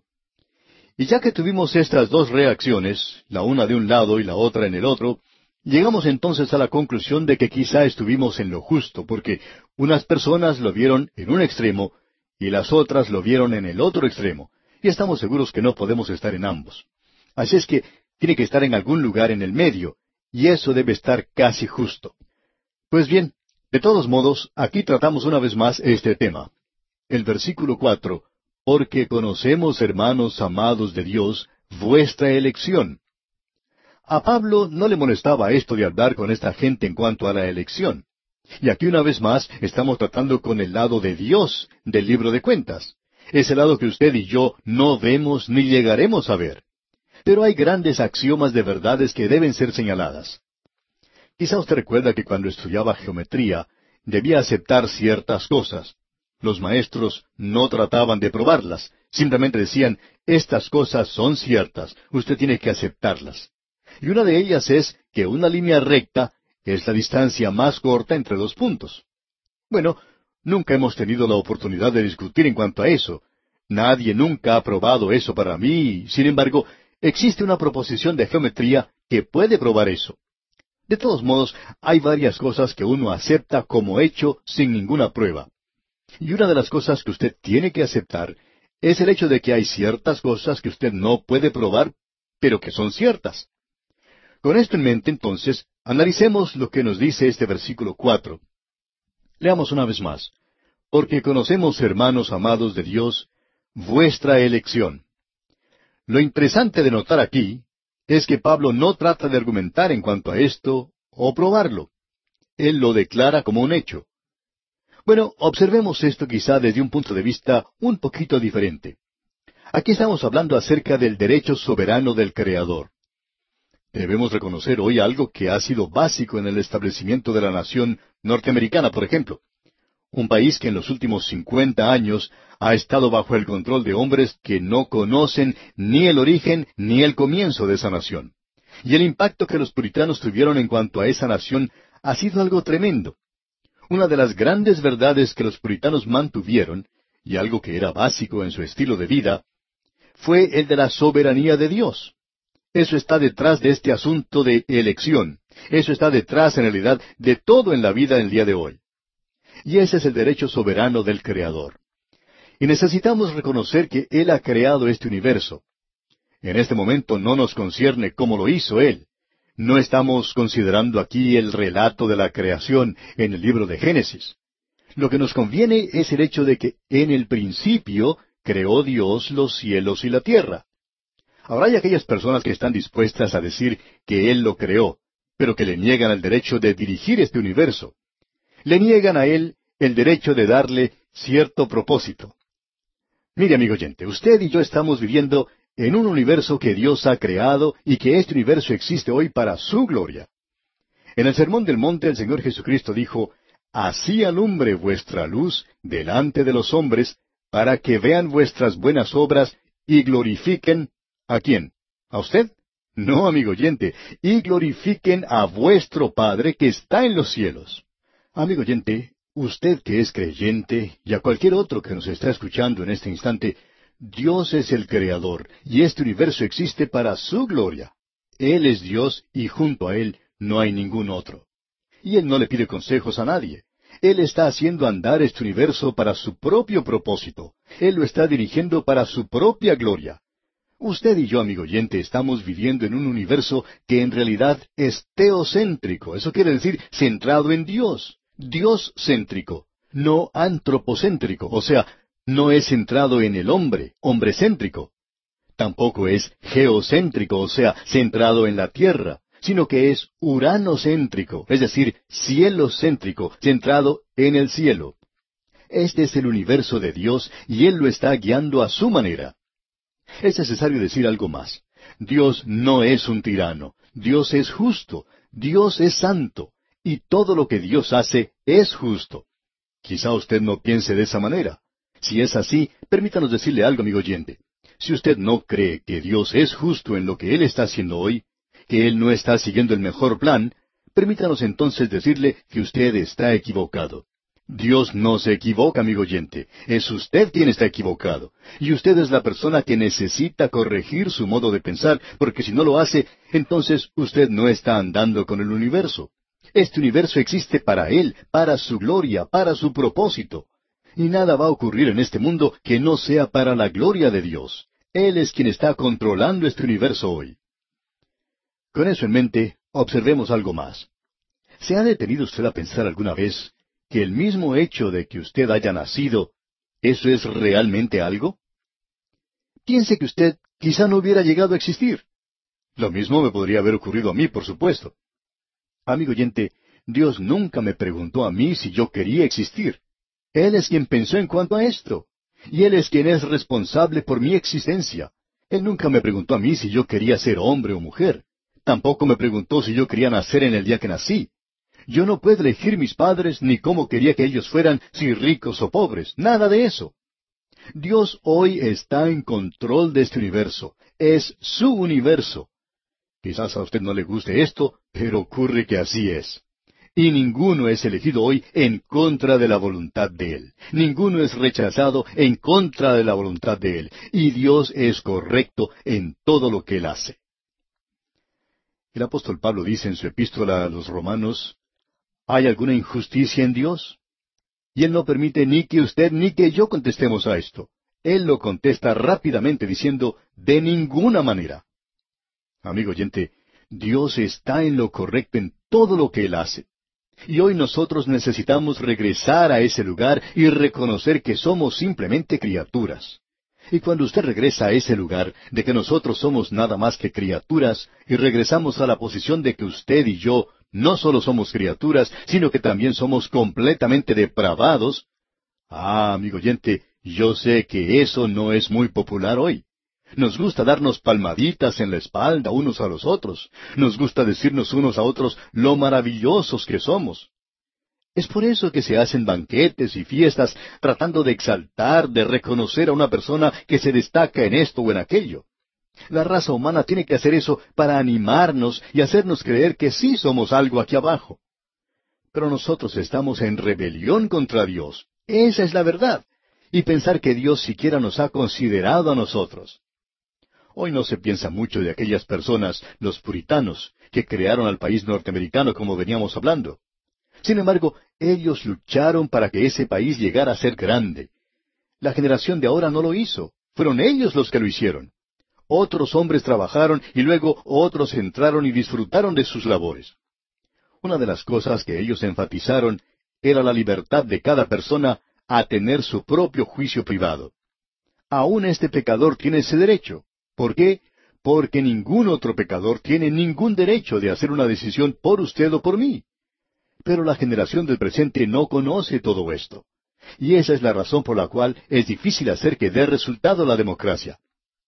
Y ya que tuvimos estas dos reacciones, la una de un lado y la otra en el otro, llegamos entonces a la conclusión de que quizá estuvimos en lo justo, porque unas personas lo vieron en un extremo y las otras lo vieron en el otro extremo, y estamos seguros que no podemos estar en ambos. Así es que tiene que estar en algún lugar en el medio, y eso debe estar casi justo. Pues bien, de todos modos, aquí tratamos una vez más este tema. El versículo cuatro, porque conocemos, hermanos amados de Dios, vuestra elección. A Pablo no le molestaba esto de hablar con esta gente en cuanto a la elección. Y aquí una vez más estamos tratando con el lado de Dios del libro de cuentas. Ese lado que usted y yo no vemos ni llegaremos a ver. Pero hay grandes axiomas de verdades que deben ser señaladas. Quizá usted recuerda que cuando estudiaba geometría debía aceptar ciertas cosas. Los maestros no trataban de probarlas, simplemente decían, estas cosas son ciertas, usted tiene que aceptarlas. Y una de ellas es que una línea recta es la distancia más corta entre dos puntos. Bueno, nunca hemos tenido la oportunidad de discutir en cuanto a eso. Nadie nunca ha probado eso para mí. Sin embargo, existe una proposición de geometría que puede probar eso. De todos modos, hay varias cosas que uno acepta como hecho sin ninguna prueba. Y una de las cosas que usted tiene que aceptar es el hecho de que hay ciertas cosas que usted no puede probar, pero que son ciertas. Con esto en mente, entonces, analicemos lo que nos dice este versículo cuatro. Leamos una vez más. Porque conocemos, hermanos amados de Dios, vuestra elección. Lo interesante de notar aquí es que Pablo no trata de argumentar en cuanto a esto o probarlo. Él lo declara como un hecho. Bueno, observemos esto quizá desde un punto de vista un poquito diferente. Aquí estamos hablando acerca del derecho soberano del Creador. Debemos reconocer hoy algo que ha sido básico en el establecimiento de la nación norteamericana, por ejemplo. Un país que en los últimos cincuenta años ha estado bajo el control de hombres que no conocen ni el origen ni el comienzo de esa nación. Y el impacto que los puritanos tuvieron en cuanto a esa nación ha sido algo tremendo. Una de las grandes verdades que los puritanos mantuvieron, y algo que era básico en su estilo de vida, fue el de la soberanía de Dios. Eso está detrás de este asunto de elección. Eso está detrás, en realidad, de todo en la vida el día de hoy. Y ese es el derecho soberano del Creador. Y necesitamos reconocer que Él ha creado este universo. En este momento no nos concierne cómo lo hizo Él. No estamos considerando aquí el relato de la creación en el libro de Génesis. Lo que nos conviene es el hecho de que en el principio creó Dios los cielos y la tierra. Ahora hay aquellas personas que están dispuestas a decir que Él lo creó, pero que le niegan el derecho de dirigir este universo. Le niegan a Él el derecho de darle cierto propósito. Mire, amigo oyente, usted y yo estamos viviendo en un universo que Dios ha creado y que este universo existe hoy para su gloria. En el Sermón del Monte el Señor Jesucristo dijo, «Así alumbre vuestra luz delante de los hombres, para que vean vuestras buenas obras y glorifiquen». ¿A quién? ¿A usted? No, amigo oyente, y glorifiquen a vuestro Padre que está en los cielos. Amigo oyente, usted que es creyente, y a cualquier otro que nos está escuchando en este instante, Dios es el Creador, y este universo existe para su gloria. Él es Dios, y junto a Él no hay ningún otro. Y Él no le pide consejos a nadie. Él está haciendo andar este universo para su propio propósito. Él lo está dirigiendo para su propia gloria. Usted y yo, amigo oyente, estamos viviendo en un universo que en realidad es teocéntrico. Eso quiere decir centrado en Dios. Dios céntrico, no antropocéntrico, o sea, no es centrado en el hombre, hombre céntrico. Tampoco es geocéntrico, o sea, centrado en la tierra, sino que es uranocéntrico, es decir, cielocéntrico, centrado en el cielo. Este es el universo de Dios y Él lo está guiando a su manera. Es necesario decir algo más. Dios no es un tirano, Dios es justo, Dios es santo. Y todo lo que Dios hace es justo. Quizá usted no piense de esa manera. Si es así, permítanos decirle algo, amigo oyente. Si usted no cree que Dios es justo en lo que Él está haciendo hoy, que Él no está siguiendo el mejor plan, permítanos entonces decirle que usted está equivocado. Dios no se equivoca, amigo oyente. Es usted quien está equivocado. Y usted es la persona que necesita corregir su modo de pensar, porque si no lo hace, entonces usted no está andando con el universo. Este universo existe para Él, para su gloria, para su propósito. Y nada va a ocurrir en este mundo que no sea para la gloria de Dios. Él es quien está controlando este universo hoy. Con eso en mente, observemos algo más. ¿Se ha detenido usted a pensar alguna vez que el mismo hecho de que usted haya nacido, eso es realmente algo? Piense que usted quizá no hubiera llegado a existir. Lo mismo me podría haber ocurrido a mí, por supuesto. Amigo oyente, Dios nunca me preguntó a mí si yo quería existir. Él es quien pensó en cuanto a esto. Y Él es quien es responsable por mi existencia. Él nunca me preguntó a mí si yo quería ser hombre o mujer. Tampoco me preguntó si yo quería nacer en el día que nací. Yo no puedo elegir mis padres ni cómo quería que ellos fueran, si ricos o pobres. Nada de eso. Dios hoy está en control de este universo. Es su universo. Quizás a usted no le guste esto, pero ocurre que así es. Y ninguno es elegido hoy en contra de la voluntad de Él. Ninguno es rechazado en contra de la voluntad de Él. Y Dios es correcto en todo lo que Él hace. El apóstol Pablo dice en su epístola a los Romanos, ¿hay alguna injusticia en Dios? Y Él no permite ni que usted ni que yo contestemos a esto. Él lo contesta rápidamente diciendo, de ninguna manera. Amigo oyente, Dios está en lo correcto en todo lo que Él hace. Y hoy nosotros necesitamos regresar a ese lugar y reconocer que somos simplemente criaturas. Y cuando usted regresa a ese lugar de que nosotros somos nada más que criaturas, y regresamos a la posición de que usted y yo no solo somos criaturas, sino que también somos completamente depravados, ah, amigo oyente, yo sé que eso no es muy popular hoy. Nos gusta darnos palmaditas en la espalda unos a los otros. Nos gusta decirnos unos a otros lo maravillosos que somos. Es por eso que se hacen banquetes y fiestas tratando de exaltar, de reconocer a una persona que se destaca en esto o en aquello. La raza humana tiene que hacer eso para animarnos y hacernos creer que sí somos algo aquí abajo. Pero nosotros estamos en rebelión contra Dios. Esa es la verdad. Y pensar que Dios siquiera nos ha considerado a nosotros. Hoy no se piensa mucho de aquellas personas, los puritanos, que crearon al país norteamericano como veníamos hablando. Sin embargo, ellos lucharon para que ese país llegara a ser grande. La generación de ahora no lo hizo. Fueron ellos los que lo hicieron. Otros hombres trabajaron y luego otros entraron y disfrutaron de sus labores. Una de las cosas que ellos enfatizaron era la libertad de cada persona a tener su propio juicio privado. Aún este pecador tiene ese derecho. ¿Por qué? Porque ningún otro pecador tiene ningún derecho de hacer una decisión por usted o por mí. Pero la generación del presente no conoce todo esto. Y esa es la razón por la cual es difícil hacer que dé resultado la democracia.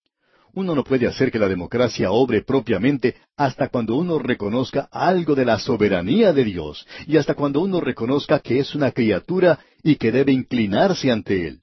Uno no puede hacer que la democracia obre propiamente hasta cuando uno reconozca algo de la soberanía de Dios y hasta cuando uno reconozca que es una criatura y que debe inclinarse ante Él.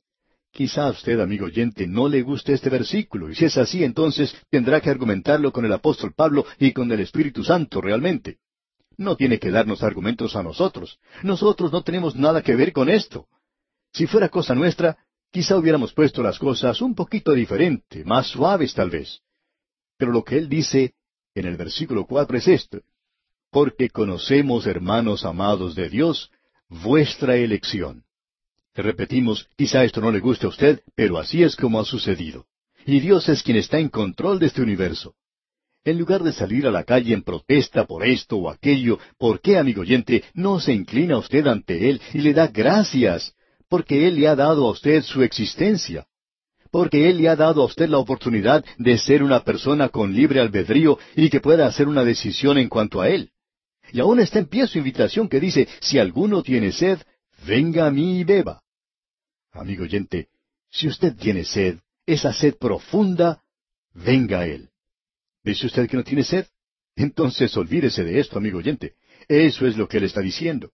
Quizá a usted, amigo oyente, no le guste este versículo, y si es así, entonces tendrá que argumentarlo con el apóstol Pablo y con el Espíritu Santo realmente. No tiene que darnos argumentos a nosotros. Nosotros no tenemos nada que ver con esto. Si fuera cosa nuestra, quizá hubiéramos puesto las cosas un poquito diferente, más suaves tal vez. Pero lo que él dice en el versículo cuatro es esto: porque conocemos, hermanos amados de Dios, vuestra elección. Repetimos, quizá esto no le guste a usted, pero así es como ha sucedido. Y Dios es quien está en control de este universo. En lugar de salir a la calle en protesta por esto o aquello, ¿por qué, amigo oyente, no se inclina usted ante Él y le da gracias? Porque Él le ha dado a usted su existencia. Porque Él le ha dado a usted la oportunidad de ser una persona con libre albedrío y que pueda hacer una decisión en cuanto a Él. Y aún está en pie su invitación que dice, si alguno tiene sed, venga a mí y beba. Amigo oyente, si usted tiene sed, esa sed profunda, venga a Él. ¿Dice usted que no tiene sed? Entonces olvídese de esto, amigo oyente. Eso es lo que Él está diciendo.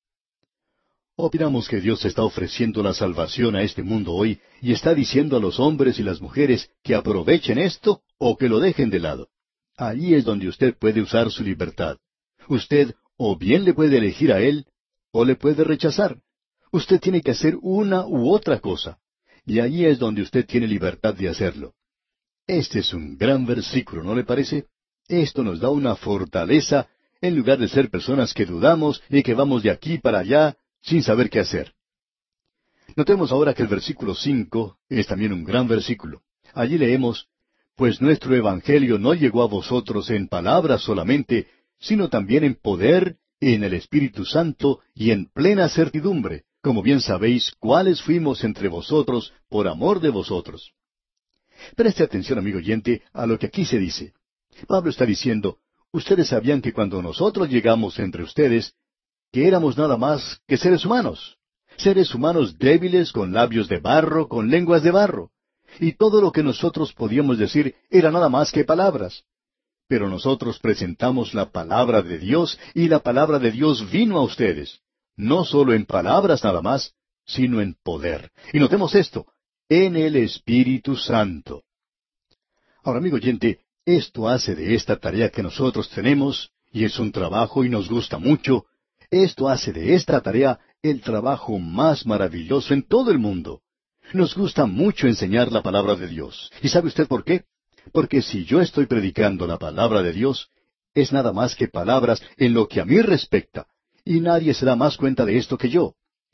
Opinamos que Dios está ofreciendo la salvación a este mundo hoy y está diciendo a los hombres y las mujeres que aprovechen esto o que lo dejen de lado. Allí es donde usted puede usar su libertad. Usted o bien le puede elegir a Él o le puede rechazar. Usted tiene que hacer una u otra cosa. Y allí es donde usted tiene libertad de hacerlo. Este es un gran versículo, ¿no le parece? Esto nos da una fortaleza en lugar de ser personas que dudamos y que vamos de aquí para allá sin saber qué hacer. Notemos ahora que el versículo cinco es también un gran versículo. Allí leemos, pues nuestro evangelio no llegó a vosotros en palabras solamente, sino también en poder, en el Espíritu Santo y en plena certidumbre, como bien sabéis cuáles fuimos entre vosotros por amor de vosotros. Preste atención, amigo oyente, a lo que aquí se dice. Pablo está diciendo, ustedes sabían que cuando nosotros llegamos entre ustedes, que éramos nada más que seres humanos, seres humanos débiles, con labios de barro, con lenguas de barro, y todo lo que nosotros podíamos decir era nada más que palabras. Pero nosotros presentamos la palabra de Dios, y la palabra de Dios vino a ustedes, no solo en palabras nada más, sino en poder. Y notemos esto, en el Espíritu Santo. Ahora, amigo oyente, esto hace de esta tarea que nosotros tenemos, y es un trabajo y nos gusta mucho, esto hace de esta tarea el trabajo más maravilloso en todo el mundo. Nos gusta mucho enseñar la palabra de Dios. ¿Y sabe usted por qué? Porque si yo estoy predicando la palabra de Dios, es nada más que palabras en lo que a mí respecta, y nadie se da más cuenta de esto que yo.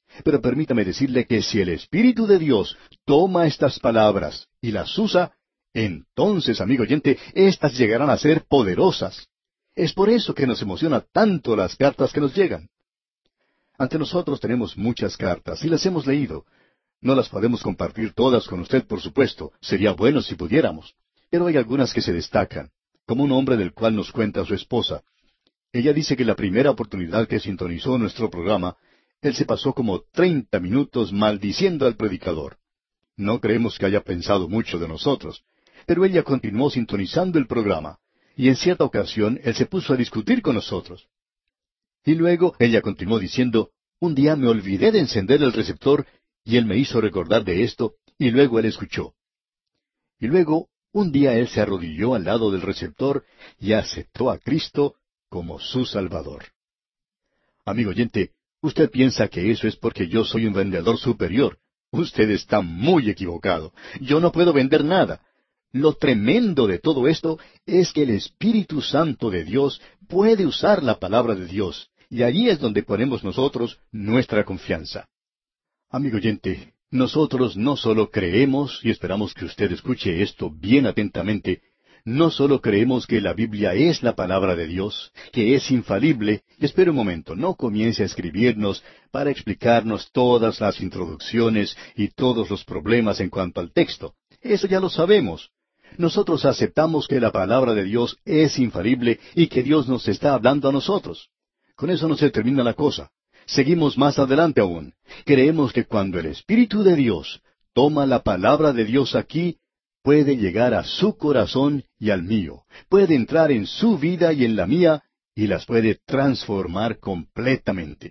Pero permítame decirle que si el Espíritu de Dios toma estas palabras y las usa, entonces, amigo oyente, éstas llegarán a ser poderosas. Es por eso que nos emociona tanto las cartas que nos llegan. Ante nosotros tenemos muchas cartas y las hemos leído. No las podemos compartir todas con usted, por supuesto. Sería bueno si pudiéramos. Pero hay algunas que se destacan, como un hombre del cual nos cuenta su esposa. Ella dice que la primera oportunidad que sintonizó nuestro programa, él se pasó como treinta minutos maldiciendo al predicador. No creemos que haya pensado mucho de nosotros, pero ella continuó sintonizando el programa, y en cierta ocasión él se puso a discutir con nosotros. Y luego ella continuó diciendo, un día me olvidé de encender el receptor, y él me hizo recordar de esto, y luego él escuchó. Y luego, un día él se arrodilló al lado del receptor y aceptó a Cristo como su Salvador. Amigo oyente, usted piensa que eso es porque yo soy un vendedor superior. Usted está muy equivocado. Yo no puedo vender nada. Lo tremendo de todo esto es que el Espíritu Santo de Dios puede usar la palabra de Dios, y allí es donde ponemos nosotros nuestra confianza. Amigo oyente, nosotros no solo creemos, y esperamos que usted escuche esto bien atentamente, no solo creemos que la Biblia es la palabra de Dios, que es infalible, y espere un momento, no comience a escribirnos para explicarnos todas las introducciones y todos los problemas en cuanto al texto. Eso ya lo sabemos. Nosotros aceptamos que la palabra de Dios es infalible y que Dios nos está hablando a nosotros. Con eso no se termina la cosa. Seguimos más adelante aún. Creemos que cuando el Espíritu de Dios toma la palabra de Dios aquí, puede llegar a su corazón y al mío, puede entrar en su vida y en la mía, y las puede transformar completamente.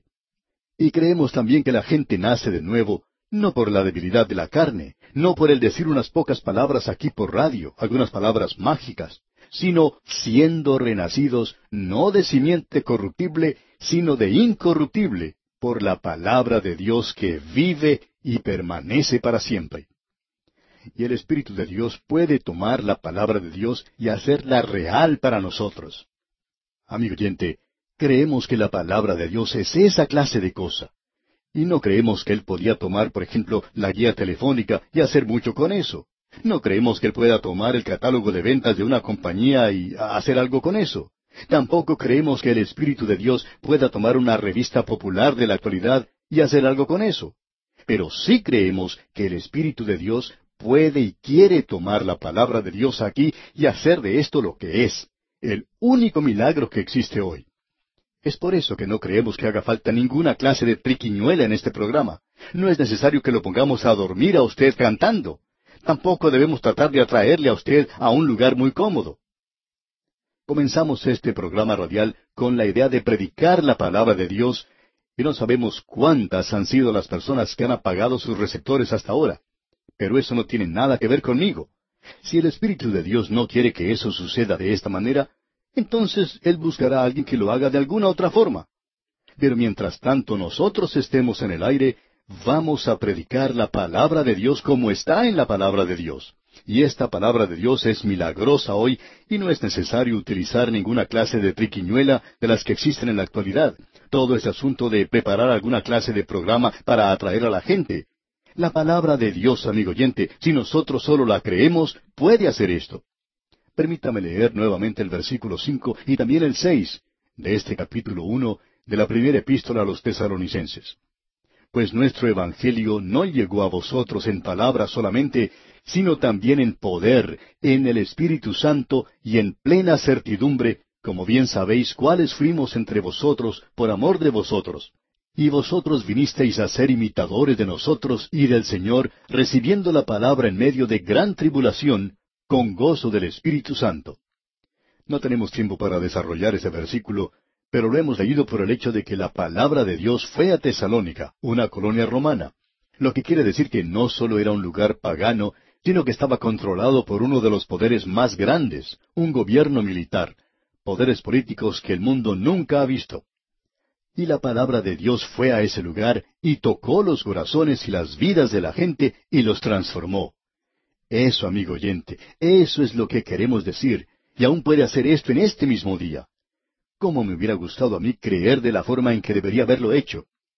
Y creemos también que la gente nace de nuevo, no por la debilidad de la carne, no por el decir unas pocas palabras aquí por radio, algunas palabras mágicas, sino siendo renacidos no de simiente corruptible, sino de incorruptible, por la palabra de Dios que vive y permanece para siempre. Y el Espíritu de Dios puede tomar la palabra de Dios y hacerla real para nosotros. Amigo oyente, creemos que la palabra de Dios es esa clase de cosa. Y no creemos que Él podía tomar, por ejemplo, la guía telefónica y hacer mucho con eso. No creemos que Él pueda tomar el catálogo de ventas de una compañía y hacer algo con eso. Tampoco creemos que el Espíritu de Dios pueda tomar una revista popular de la actualidad y hacer algo con eso. Pero sí creemos que el Espíritu de Dios puede y quiere tomar la palabra de Dios aquí y hacer de esto lo que es, el único milagro que existe hoy. Es por eso que no creemos que haga falta ninguna clase de triquiñuela en este programa. No es necesario que lo pongamos a dormir a usted cantando. Tampoco debemos tratar de atraerle a usted a un lugar muy cómodo. Comenzamos este programa radial con la idea de predicar la palabra de Dios, y no sabemos cuántas han sido las personas que han apagado sus receptores hasta ahora. Pero eso no tiene nada que ver conmigo. Si el Espíritu de Dios no quiere que eso suceda de esta manera, entonces Él buscará a alguien que lo haga de alguna otra forma. Pero mientras tanto nosotros estemos en el aire, vamos a predicar la palabra de Dios como está en la palabra de Dios. Y esta palabra de Dios es milagrosa hoy, y no es necesario utilizar ninguna clase de triquiñuela de las que existen en la actualidad. Todo es asunto de preparar alguna clase de programa para atraer a la gente. La palabra de Dios, amigo oyente, si nosotros solo la creemos, puede hacer esto. Permítame leer nuevamente el versículo cinco y también el seis de este capítulo uno de la primera epístola a los Tesalonicenses. Pues nuestro evangelio no llegó a vosotros en palabra solamente, sino también en poder, en el Espíritu Santo y en plena certidumbre, como bien sabéis cuáles fuimos entre vosotros por amor de vosotros. Y vosotros vinisteis a ser imitadores de nosotros y del Señor, recibiendo la palabra en medio de gran tribulación, con gozo del Espíritu Santo. No tenemos tiempo para desarrollar ese versículo, pero lo hemos leído por el hecho de que la palabra de Dios fue a Tesalónica, una colonia romana, lo que quiere decir que no solo era un lugar pagano, sino que estaba controlado por uno de los poderes más grandes, un gobierno militar, poderes políticos que el mundo nunca ha visto. Y la palabra de Dios fue a ese lugar y tocó los corazones y las vidas de la gente y los transformó. Eso, amigo oyente, eso es lo que queremos decir, y aún puede hacer esto en este mismo día. ¿Cómo me hubiera gustado a mí creer de la forma en que debería haberlo hecho?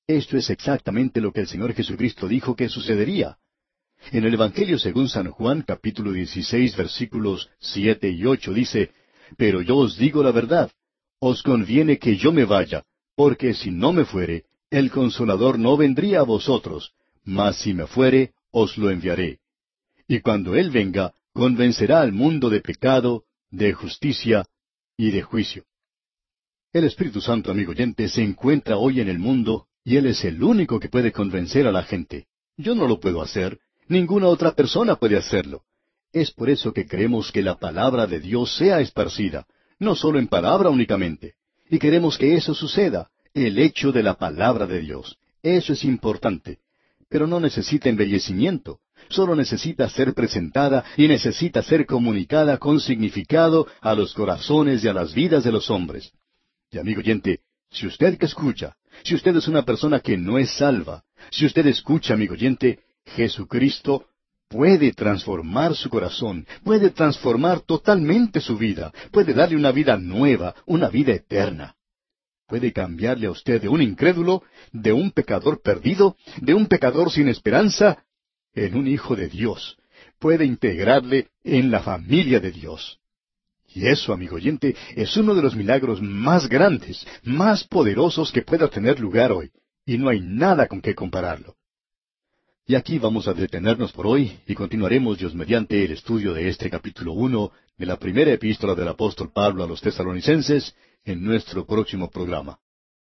Esto es exactamente lo que el Señor Jesucristo dijo que sucedería. En el Evangelio según San Juan, capítulo dieciséis, versículos siete y ocho, dice, Pero yo os digo la verdad, os conviene que yo me vaya, porque si no me fuere, el Consolador no vendría a vosotros, mas si me fuere, os lo enviaré. Y cuando Él venga, convencerá al mundo de pecado, de justicia y de juicio. El Espíritu Santo, amigo oyente, se encuentra hoy en el mundo, y Él es el único que puede convencer a la gente. Yo no lo puedo hacer, ninguna otra persona puede hacerlo. Es por eso que queremos que la palabra de Dios sea esparcida, no solo en palabra únicamente. Y queremos que eso suceda, el hecho de la palabra de Dios. Eso es importante. Pero no necesita embellecimiento, solo necesita ser presentada y necesita ser comunicada con significado a los corazones y a las vidas de los hombres. Y amigo oyente, si usted que escucha, si usted es una persona que no es salva, si usted escucha, amigo oyente, Jesucristo puede transformar su corazón, puede transformar totalmente su vida, puede darle una vida nueva, una vida eterna. Puede cambiarle a usted de un incrédulo, de un pecador perdido, de un pecador sin esperanza, en un hijo de Dios. Puede integrarle en la familia de Dios. Y eso, amigo oyente, es uno de los milagros más grandes, más poderosos que pueda tener lugar hoy, y no hay nada con que compararlo. Y aquí vamos a detenernos por hoy y continuaremos, Dios mediante, el estudio de este capítulo uno de la primera epístola del apóstol Pablo a los Tesalonicenses en nuestro próximo programa.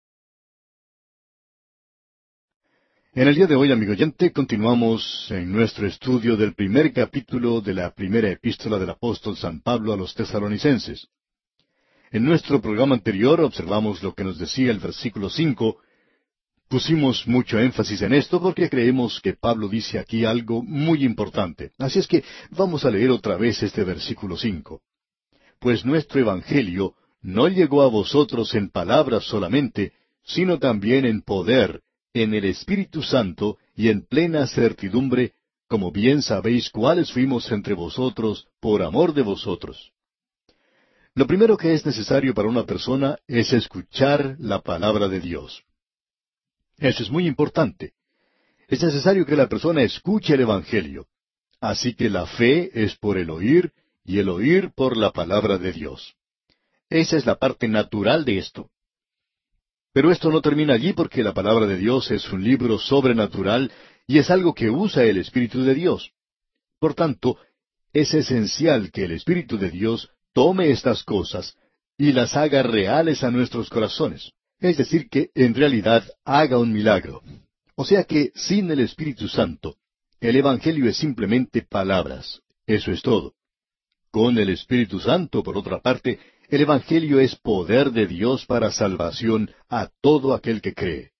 En el día de hoy, amigo oyente, continuamos en nuestro estudio del primer capítulo de la primera epístola del apóstol San Pablo a los Tesalonicenses. En nuestro programa anterior observamos lo que nos decía el versículo cinco. Pusimos mucho énfasis en esto porque creemos que Pablo dice aquí algo muy importante. Así es que vamos a leer otra vez este versículo cinco. Pues nuestro evangelio no llegó a vosotros en palabras solamente, sino también en poder, en el Espíritu Santo y en plena certidumbre, como bien sabéis cuáles fuimos entre vosotros por amor de vosotros. Lo primero que es necesario para una persona es escuchar la palabra de Dios. Eso es muy importante. Es necesario que la persona escuche el Evangelio. Así que la fe es por el oír y el oír por la palabra de Dios. Esa es la parte natural de esto. Pero esto no termina allí porque la palabra de Dios es un libro sobrenatural y es algo que usa el Espíritu de Dios. Por tanto, es esencial que el Espíritu de Dios tome estas cosas y las haga reales a nuestros corazones. Es decir, que en realidad haga un milagro. O sea que sin el Espíritu Santo, el Evangelio es simplemente palabras. Eso es todo. Con el Espíritu Santo, por otra parte, el Evangelio es poder de Dios para salvación a todo aquel que cree.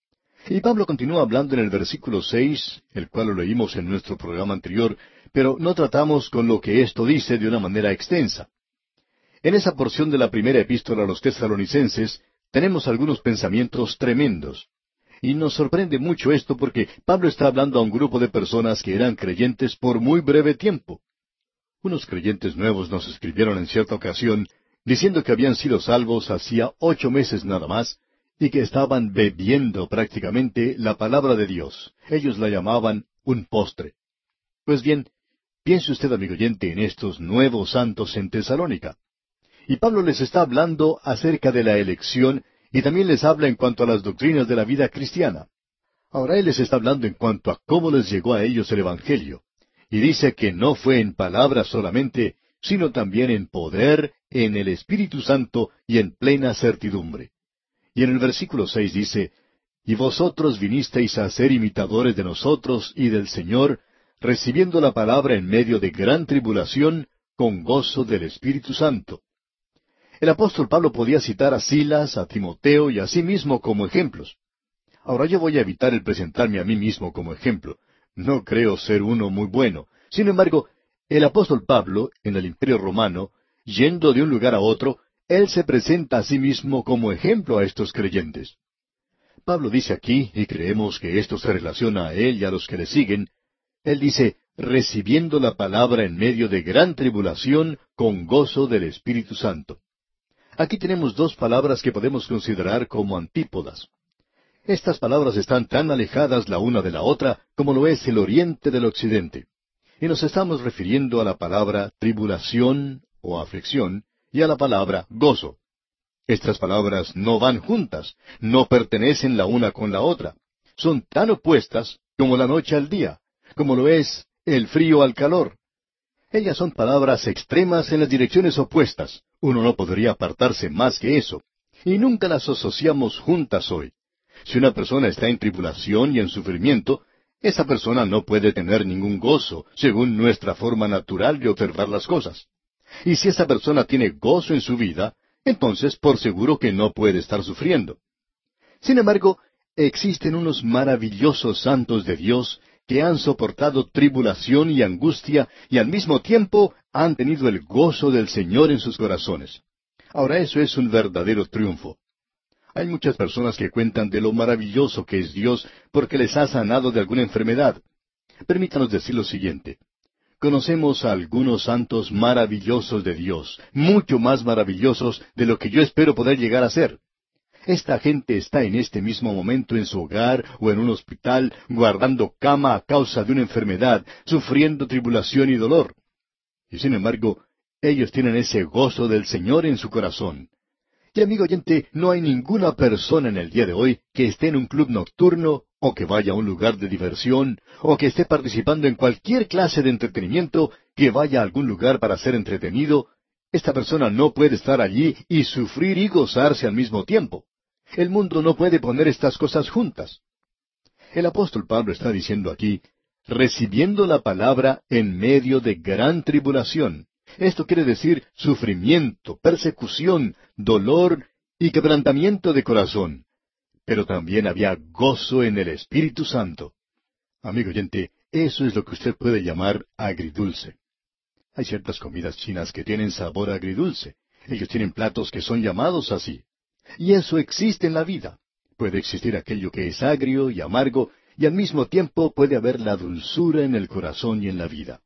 Y Pablo continúa hablando en el versículo seis, el cual lo leímos en nuestro programa anterior, pero no tratamos con lo que esto dice de una manera extensa. En esa porción de la primera epístola a los Tesalonicenses, tenemos algunos pensamientos tremendos. Y nos sorprende mucho esto porque Pablo está hablando a un grupo de personas que eran creyentes por muy breve tiempo. Unos creyentes nuevos nos escribieron en cierta ocasión diciendo que habían sido salvos hacía ocho meses nada más y que estaban bebiendo prácticamente la palabra de Dios. Ellos la llamaban un postre. Pues bien, piense usted, amigo oyente, en estos nuevos santos en Tesalónica. Y Pablo les está hablando acerca de la elección y también les habla en cuanto a las doctrinas de la vida cristiana. Ahora él les está hablando en cuanto a cómo les llegó a ellos el Evangelio. Y dice que no fue en palabras solamente, sino también en poder, en el Espíritu Santo y en plena certidumbre. Y en el versículo seis dice, Y vosotros vinisteis a ser imitadores de nosotros y del Señor, recibiendo la palabra en medio de gran tribulación, con gozo del Espíritu Santo. El apóstol Pablo podía citar a Silas, a Timoteo y a sí mismo como ejemplos. Ahora yo voy a evitar el presentarme a mí mismo como ejemplo. No creo ser uno muy bueno. Sin embargo, el apóstol Pablo, en el Imperio Romano, yendo de un lugar a otro, él se presenta a sí mismo como ejemplo a estos creyentes. Pablo dice aquí, y creemos que esto se relaciona a él y a los que le siguen, él dice, recibiendo la palabra en medio de gran tribulación, con gozo del Espíritu Santo. Aquí tenemos dos palabras que podemos considerar como antípodas. Estas palabras están tan alejadas la una de la otra como lo es el oriente del occidente. Y nos estamos refiriendo a la palabra tribulación o aflicción y a la palabra gozo. Estas palabras no van juntas, no pertenecen la una con la otra. Son tan opuestas como la noche al día, como lo es el frío al calor. Ellas son palabras extremas en las direcciones opuestas. Uno no podría apartarse más que eso. Y nunca las asociamos juntas hoy. Si una persona está en tribulación y en sufrimiento, esa persona no puede tener ningún gozo, según nuestra forma natural de observar las cosas. Y si esa persona tiene gozo en su vida, entonces por seguro que no puede estar sufriendo. Sin embargo, existen unos maravillosos santos de Dios que han soportado tribulación y angustia y al mismo tiempo han tenido el gozo del Señor en sus corazones. Ahora eso es un verdadero triunfo. Hay muchas personas que cuentan de lo maravilloso que es Dios porque les ha sanado de alguna enfermedad. Permítanos decir lo siguiente. Conocemos a algunos santos maravillosos de Dios, mucho más maravillosos de lo que yo espero poder llegar a ser. Esta gente está en este mismo momento en su hogar o en un hospital, guardando cama a causa de una enfermedad, sufriendo tribulación y dolor. Y sin embargo, ellos tienen ese gozo del Señor en su corazón. Y amigo oyente, no hay ninguna persona en el día de hoy que esté en un club nocturno, o que vaya a un lugar de diversión, o que esté participando en cualquier clase de entretenimiento, que vaya a algún lugar para ser entretenido. Esta persona no puede estar allí y sufrir y gozarse al mismo tiempo. El mundo no puede poner estas cosas juntas. El apóstol Pablo está diciendo aquí, recibiendo la palabra en medio de gran tribulación. Esto quiere decir sufrimiento, persecución, dolor y quebrantamiento de corazón. Pero también había gozo en el Espíritu Santo. Amigo oyente, eso es lo que usted puede llamar agridulce. Hay ciertas comidas chinas que tienen sabor agridulce. Ellos tienen platos que son llamados así. Y eso existe en la vida. Puede existir aquello que es agrio y amargo, y al mismo tiempo puede haber la dulzura en el corazón y en la vida.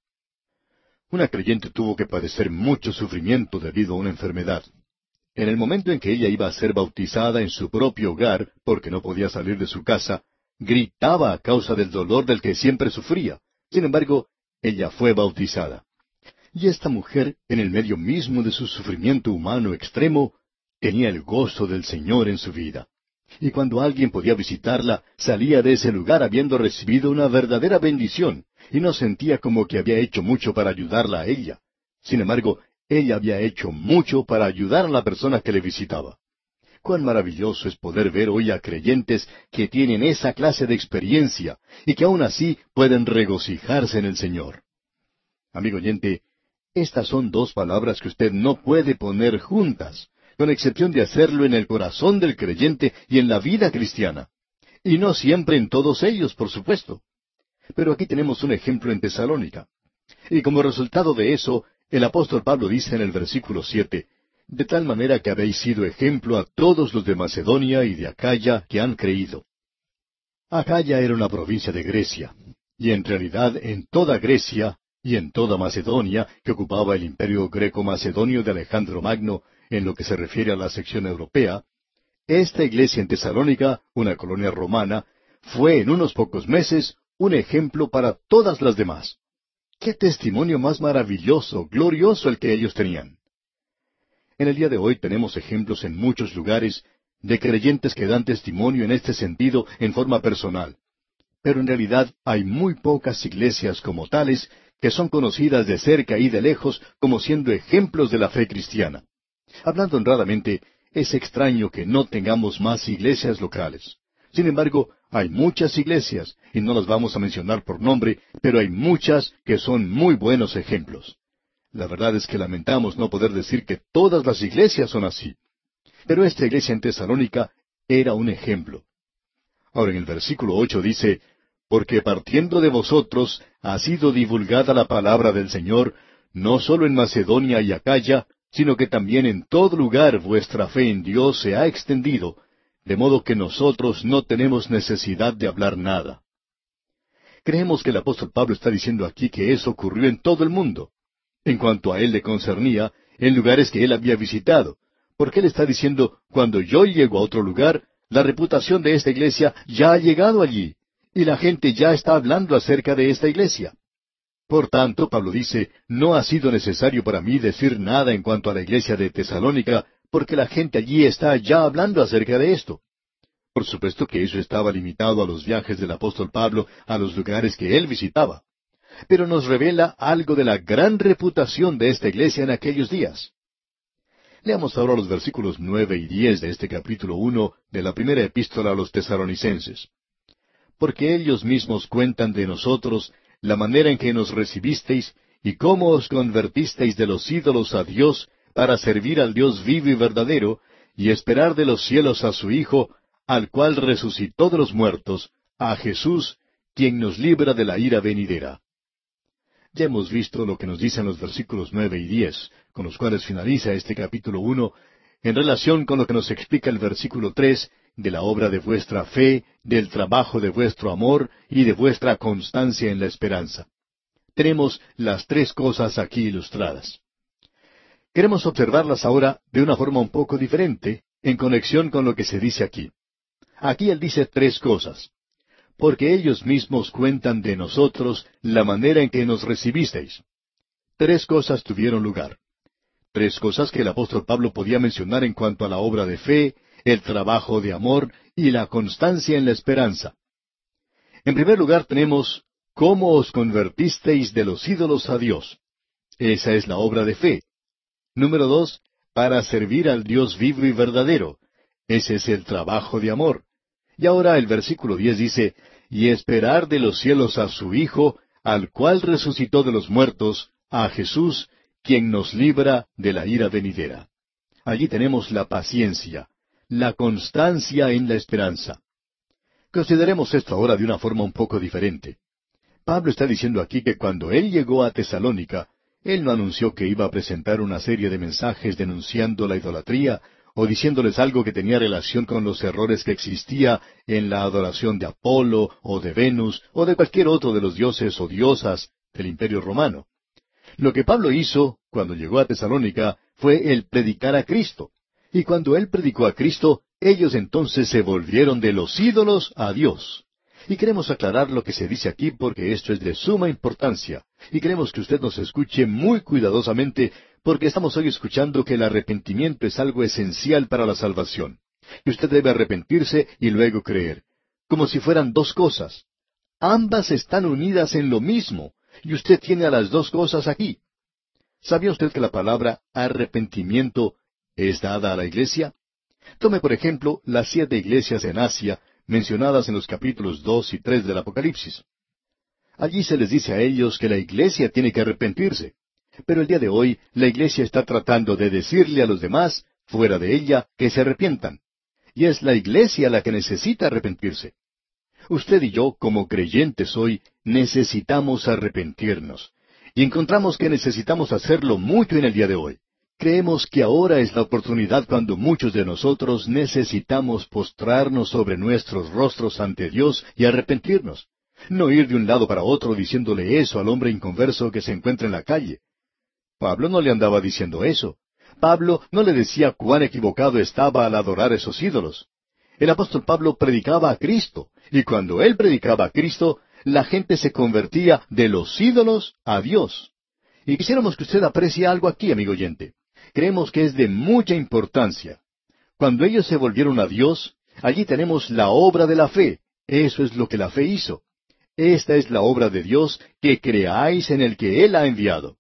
Una creyente tuvo que padecer mucho sufrimiento debido a una enfermedad. En el momento en que ella iba a ser bautizada en su propio hogar, porque no podía salir de su casa, gritaba a causa del dolor del que siempre sufría. Sin embargo, ella fue bautizada. Y esta mujer, en el medio mismo de su sufrimiento humano extremo, tenía el gozo del Señor en su vida. Y cuando alguien podía visitarla, salía de ese lugar habiendo recibido una verdadera bendición, y no sentía como que había hecho mucho para ayudarla a ella. Sin embargo, ella había hecho mucho para ayudar a la persona que le visitaba. Cuán maravilloso es poder ver hoy a creyentes que tienen esa clase de experiencia y que aún así pueden regocijarse en el Señor. Amigo oyente, estas son dos palabras que usted no puede poner juntas, con excepción de hacerlo en el corazón del creyente y en la vida cristiana. Y no siempre en todos ellos, por supuesto. Pero aquí tenemos un ejemplo en Tesalónica. Y como resultado de eso, el apóstol Pablo dice en el versículo siete, de tal manera que habéis sido ejemplo a todos los de Macedonia y de Acaya que han creído. Acaya era una provincia de Grecia, y en realidad en toda Grecia y en toda Macedonia, que ocupaba el imperio greco-macedonio de Alejandro Magno, en lo que se refiere a la sección europea, esta iglesia en Tesalónica, una colonia romana, fue en unos pocos meses un ejemplo para todas las demás. ¡Qué testimonio más maravilloso, glorioso el que ellos tenían! En el día de hoy tenemos ejemplos en muchos lugares de creyentes que dan testimonio en este sentido en forma personal. Pero en realidad hay muy pocas iglesias como tales que son conocidas de cerca y de lejos como siendo ejemplos de la fe cristiana. Hablando honradamente, es extraño que no tengamos más iglesias locales. Sin embargo, hay muchas iglesias, y no las vamos a mencionar por nombre, pero hay muchas que son muy buenos ejemplos. La verdad es que lamentamos no poder decir que todas las iglesias son así. Pero esta iglesia en Tesalónica era un ejemplo. Ahora en el versículo ocho dice, porque partiendo de vosotros ha sido divulgada la palabra del Señor, no sólo en Macedonia y Acaya, sino que también en todo lugar vuestra fe en Dios se ha extendido, de modo que nosotros no tenemos necesidad de hablar nada. Creemos que el apóstol Pablo está diciendo aquí que eso ocurrió en todo el mundo. En cuanto a él le concernía, en lugares que él había visitado, porque él está diciendo, cuando yo llego a otro lugar, La reputación de esta iglesia ya ha llegado allí, y la gente ya está hablando acerca de esta iglesia. Por tanto, Pablo dice, no ha sido necesario para mí decir nada en cuanto a la iglesia de Tesalónica, porque la gente allí está ya hablando acerca de esto. Por supuesto que eso estaba limitado a los viajes del apóstol Pablo a los lugares que él visitaba. Pero nos revela algo de la gran reputación de esta iglesia en aquellos días. Leamos ahora los versículos nueve y diez de este capítulo uno de la primera epístola a los Tesalonicenses. Porque ellos mismos cuentan de nosotros la manera en que nos recibisteis y cómo os convertisteis de los ídolos a Dios para servir al Dios vivo y verdadero y esperar de los cielos a su Hijo, al cual resucitó de los muertos, a Jesús, quien nos libra de la ira venidera. Ya hemos visto lo que nos dicen los versículos nueve y diez, con los cuales finaliza este capítulo uno, en relación con lo que nos explica el versículo tres, de la obra de vuestra fe, del trabajo de vuestro amor y de vuestra constancia en la esperanza. Tenemos las tres cosas aquí ilustradas. Queremos observarlas ahora de una forma un poco diferente, en conexión con lo que se dice aquí. Aquí él dice tres cosas. Porque ellos mismos cuentan de nosotros la manera en que nos recibisteis. Tres cosas tuvieron lugar. Tres cosas que el apóstol Pablo podía mencionar en cuanto a la obra de fe, el trabajo de amor y la constancia en la esperanza. En primer lugar tenemos cómo os convertisteis de los ídolos a Dios. Esa es la obra de fe. Número dos, para servir al Dios vivo y verdadero. Ese es el trabajo de amor. Y ahora el versículo diez dice, y esperar de los cielos a su Hijo, al cual resucitó de los muertos, a Jesús, quien nos libra de la ira venidera. Allí tenemos la paciencia, la constancia en la esperanza. Consideremos esto ahora de una forma un poco diferente. Pablo está diciendo aquí que cuando él llegó a Tesalónica, él no anunció que iba a presentar una serie de mensajes denunciando la idolatría, o diciéndoles algo que tenía relación con los errores que existía en la adoración de Apolo, o de Venus, o de cualquier otro de los dioses o diosas del Imperio Romano. Lo que Pablo hizo cuando llegó a Tesalónica fue el predicar a Cristo. Y cuando él predicó a Cristo, ellos entonces se volvieron de los ídolos a Dios. Y queremos aclarar lo que se dice aquí porque esto es de suma importancia. Y queremos que usted nos escuche muy cuidadosamente porque estamos hoy escuchando que el arrepentimiento es algo esencial para la salvación. Y usted debe arrepentirse y luego creer. Como si fueran dos cosas. Ambas están unidas en lo mismo. Y usted tiene a las dos cosas aquí. ¿Sabía usted que la palabra arrepentimiento es dada a la iglesia? Tome por ejemplo las siete iglesias en Asia mencionadas en los capítulos dos y tres del Apocalipsis. Allí se les dice a ellos que la iglesia tiene que arrepentirse. Pero el día de hoy la iglesia está tratando de decirle a los demás, fuera de ella, que se arrepientan. Y es la iglesia la que necesita arrepentirse. Usted y yo, como creyentes hoy, necesitamos arrepentirnos. Y encontramos que necesitamos hacerlo mucho en el día de hoy. Creemos que ahora es la oportunidad cuando muchos de nosotros necesitamos postrarnos sobre nuestros rostros ante Dios y arrepentirnos. No ir de un lado para otro diciéndole eso al hombre inconverso que se encuentra en la calle. Pablo no le andaba diciendo eso. Pablo no le decía cuán equivocado estaba al adorar esos ídolos. El apóstol Pablo predicaba a Cristo, y cuando él predicaba a Cristo, la gente se convertía de los ídolos a Dios. Y quisiéramos que usted aprecie algo aquí, amigo oyente. Creemos que es de mucha importancia. Cuando ellos se volvieron a Dios, allí tenemos la obra de la fe. Eso es lo que la fe hizo. Esta es la obra de Dios, que creáis en el que Él ha enviado.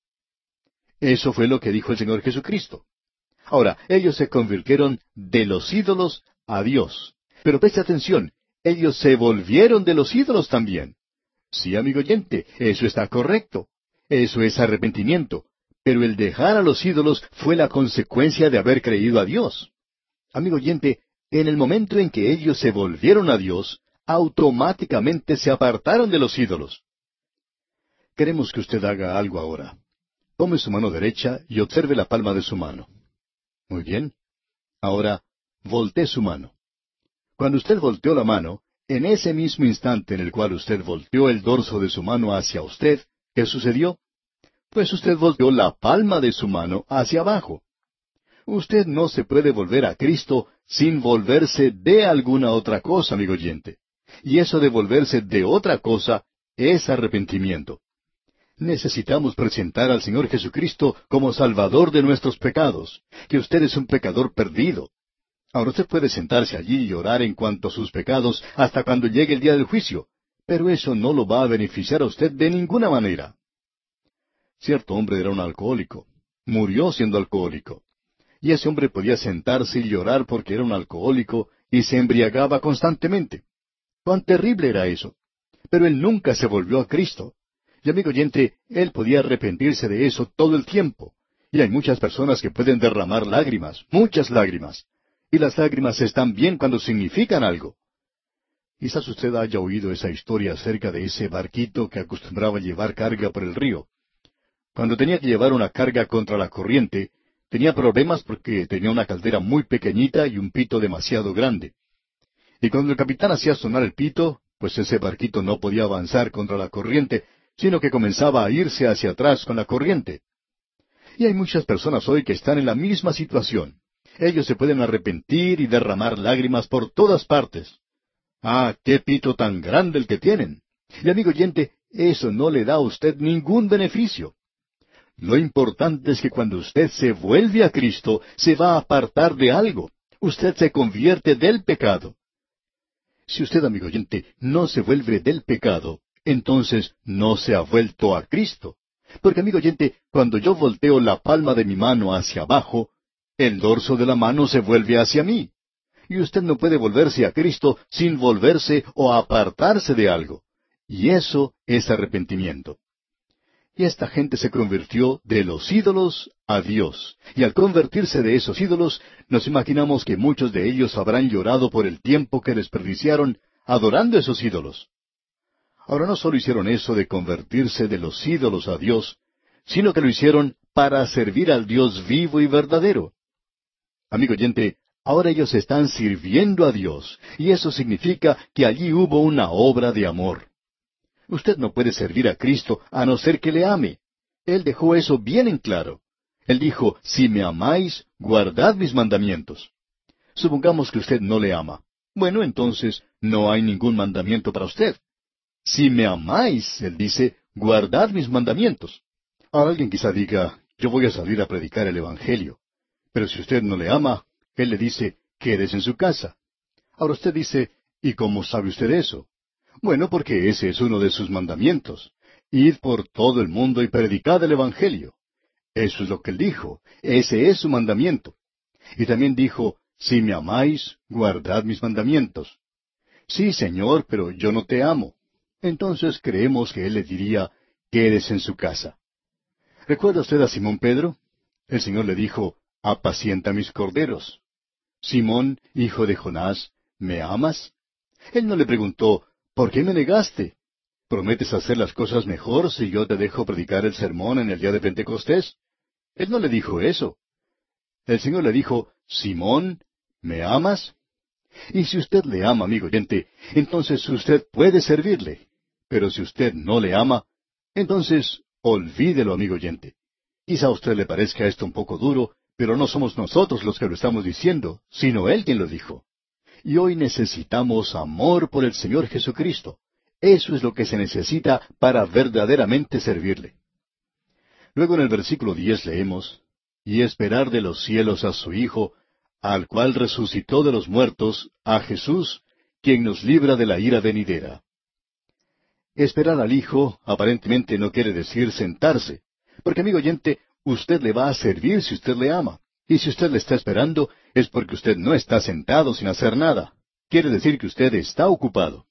Eso fue lo que dijo el Señor Jesucristo. Ahora, ellos se convirtieron de los ídolos a Dios. Pero preste atención, ellos se volvieron de los ídolos también. Sí, amigo oyente, eso está correcto. Eso es arrepentimiento. Pero el dejar a los ídolos fue la consecuencia de haber creído a Dios. Amigo oyente, en el momento en que ellos se volvieron a Dios, automáticamente se apartaron de los ídolos. Queremos que usted haga algo ahora. Tome su mano derecha y observe la palma de su mano. Muy bien. Ahora, voltee su mano. Cuando usted volteó la mano, en ese mismo instante en el cual usted volteó el dorso de su mano hacia usted, ¿qué sucedió? Pues usted volteó la palma de su mano hacia abajo. Usted no se puede volver a Cristo sin volverse de alguna otra cosa, amigo oyente. Y eso de volverse de otra cosa es arrepentimiento. Necesitamos presentar al Señor Jesucristo como Salvador de nuestros pecados, que usted es un pecador perdido. Ahora usted puede sentarse allí y orar en cuanto a sus pecados hasta cuando llegue el día del juicio, pero eso no lo va a beneficiar a usted de ninguna manera. Cierto hombre era un alcohólico. Murió siendo alcohólico. Y ese hombre podía sentarse y llorar porque era un alcohólico y se embriagaba constantemente. ¡Cuán terrible era eso! Pero él nunca se volvió a Cristo. Y amigo oyente, él podía arrepentirse de eso todo el tiempo. Y hay muchas personas que pueden derramar lágrimas, muchas lágrimas. Y las lágrimas están bien cuando significan algo. Quizás usted haya oído esa historia acerca de ese barquito que acostumbraba llevar carga por el río. Cuando tenía que llevar una carga contra la corriente, tenía problemas porque tenía una caldera muy pequeñita y un pito demasiado grande. Y cuando el capitán hacía sonar el pito, pues ese barquito no podía avanzar contra la corriente, sino que comenzaba a irse hacia atrás con la corriente. Y hay muchas personas hoy que están en la misma situación. Ellos se pueden arrepentir y derramar lágrimas por todas partes. ¡Ah, qué pito tan grande el que tienen! Y amigo oyente, eso no le da a usted ningún beneficio. Lo importante es que cuando usted se vuelve a Cristo, se va a apartar de algo. Usted se convierte del pecado. Si usted, amigo oyente, no se vuelve del pecado, entonces no se ha vuelto a Cristo. Porque, amigo oyente, cuando yo volteo la palma de mi mano hacia abajo, el dorso de la mano se vuelve hacia mí. Y usted no puede volverse a Cristo sin volverse o apartarse de algo. Y eso es arrepentimiento. Y esta gente se convirtió de los ídolos a Dios. Y al convertirse de esos ídolos, nos imaginamos que muchos de ellos habrán llorado por el tiempo que desperdiciaron adorando esos ídolos. Ahora no solo hicieron eso de convertirse de los ídolos a Dios, sino que lo hicieron para servir al Dios vivo y verdadero. Amigo oyente, ahora ellos están sirviendo a Dios, y eso significa que allí hubo una obra de amor. Usted no puede servir a Cristo a no ser que le ame. Él dejó eso bien en claro. Él dijo, si me amáis, guardad mis mandamientos. Supongamos que usted no le ama. Bueno, entonces no hay ningún mandamiento para usted. Si me amáis, él dice, guardad mis mandamientos. Ahora alguien quizá diga, yo voy a salir a predicar el Evangelio. Pero si usted no le ama, él le dice, quédese en su casa. Ahora usted dice, ¿y cómo sabe usted eso? Bueno, porque ese es uno de sus mandamientos. Id por todo el mundo y predicad el Evangelio. Eso es lo que él dijo. Ese es su mandamiento. Y también dijo, si me amáis, guardad mis mandamientos. Sí, Señor, pero yo no te amo. Entonces creemos que él le diría, quédese en su casa. ¿Recuerda usted a Simón Pedro? El Señor le dijo, apacienta mis corderos. Simón, hijo de Jonás, ¿me amas? Él no le preguntó, ¿por qué me negaste? ¿Prometes hacer las cosas mejor si yo te dejo predicar el sermón en el día de Pentecostés? Él no le dijo eso. El Señor le dijo, Simón, ¿me amas? Y si usted le ama, amigo oyente, entonces usted puede servirle. Pero si usted no le ama, entonces olvídelo, amigo oyente. Quizá a usted le parezca esto un poco duro, pero no somos nosotros los que lo estamos diciendo, sino Él quien lo dijo. Y hoy necesitamos amor por el Señor Jesucristo. Eso es lo que se necesita para verdaderamente servirle. Luego en el versículo diez leemos, y esperar de los cielos a su Hijo, al cual resucitó de los muertos, a Jesús, quien nos libra de la ira venidera. Esperar al Hijo aparentemente no quiere decir sentarse, porque amigo oyente, usted le va a servir si usted le ama. Y si usted le está esperando, es porque usted no está sentado sin hacer nada. Quiere decir que usted está ocupado.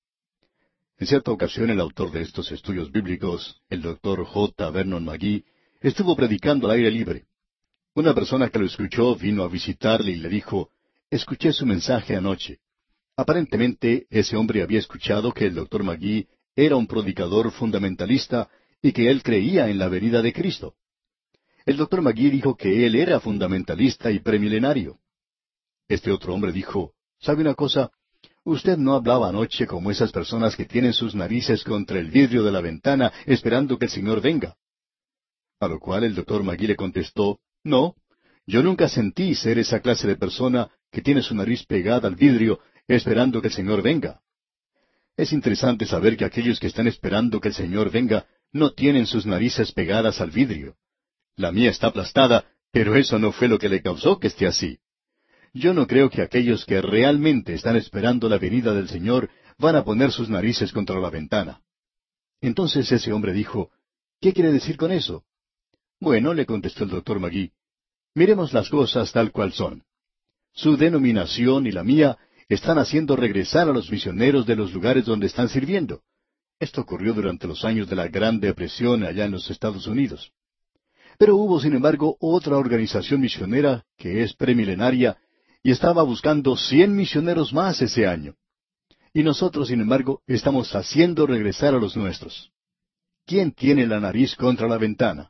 En cierta ocasión el autor de estos estudios bíblicos, el doctor J. Vernon McGee, estuvo predicando al aire libre. Una persona que lo escuchó vino a visitarle y le dijo, escuché su mensaje anoche. Aparentemente ese hombre había escuchado que el doctor McGee era un predicador fundamentalista y que él creía en la venida de Cristo. El doctor McGee dijo que él era fundamentalista y premilenario. Este otro hombre dijo, ¿sabe una cosa? Usted no hablaba anoche como esas personas que tienen sus narices contra el vidrio de la ventana esperando que el Señor venga. A lo cual el doctor McGee le contestó, no, yo nunca sentí ser esa clase de persona que tiene su nariz pegada al vidrio, esperando que el Señor venga. Es interesante saber que aquellos que están esperando que el Señor venga no tienen sus narices pegadas al vidrio. La mía está aplastada, pero eso no fue lo que le causó que esté así. Yo no creo que aquellos que realmente están esperando la venida del Señor van a poner sus narices contra la ventana. Entonces ese hombre dijo, ¿qué quiere decir con eso? Bueno, le contestó el doctor Magui, miremos las cosas tal cual son. Su denominación y la mía están haciendo regresar a los misioneros de los lugares donde están sirviendo. Esto ocurrió durante los años de la Gran Depresión allá en los Estados Unidos. Pero hubo, sin embargo, otra organización misionera que es premilenaria y estaba buscando cien misioneros más ese año. Y nosotros, sin embargo, estamos haciendo regresar a los nuestros. ¿Quién tiene la nariz contra la ventana?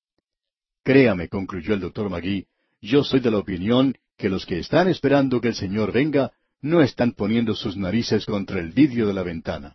Créame, concluyó el doctor Magui, yo soy de la opinión que los que están esperando que el Señor venga no están poniendo sus narices contra el vidrio de la ventana.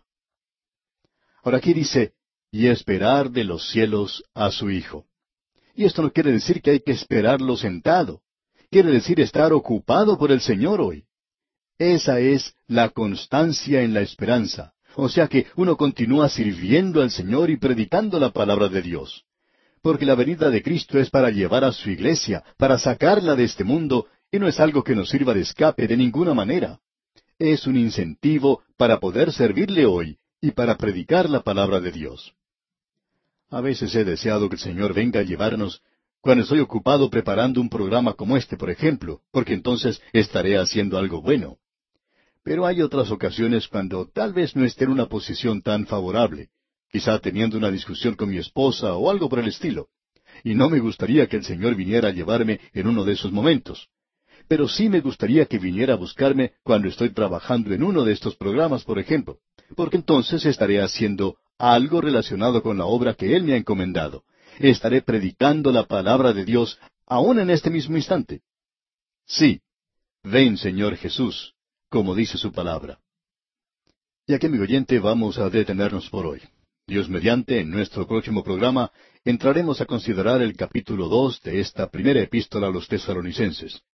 Ahora aquí dice, y esperar de los cielos a su Hijo. Y esto no quiere decir que hay que esperarlo sentado. Quiere decir estar ocupado por el Señor hoy. Esa es la constancia en la esperanza. O sea que uno continúa sirviendo al Señor y predicando la palabra de Dios. Porque la venida de Cristo es para llevar a su iglesia, para sacarla de este mundo, y no es algo que nos sirva de escape de ninguna manera. Es un incentivo para poder servirle hoy y para predicar la palabra de Dios. A veces he deseado que el Señor venga a llevarnos cuando estoy ocupado preparando un programa como este, por ejemplo, porque entonces estaré haciendo algo bueno. Pero hay otras ocasiones cuando tal vez no esté en una posición tan favorable, quizá teniendo una discusión con mi esposa o algo por el estilo. Y no me gustaría que el Señor viniera a llevarme en uno de esos momentos. Pero sí me gustaría que viniera a buscarme cuando estoy trabajando en uno de estos programas, por ejemplo, porque entonces estaré haciendo algo relacionado con la obra que Él me ha encomendado. Estaré predicando la palabra de Dios aún en este mismo instante. Sí, ven, Señor Jesús, como dice su palabra. Y aquí, amigo oyente, vamos a detenernos por hoy. Dios mediante, en nuestro próximo programa, entraremos a considerar el capítulo dos de esta primera epístola a los Tesalonicenses.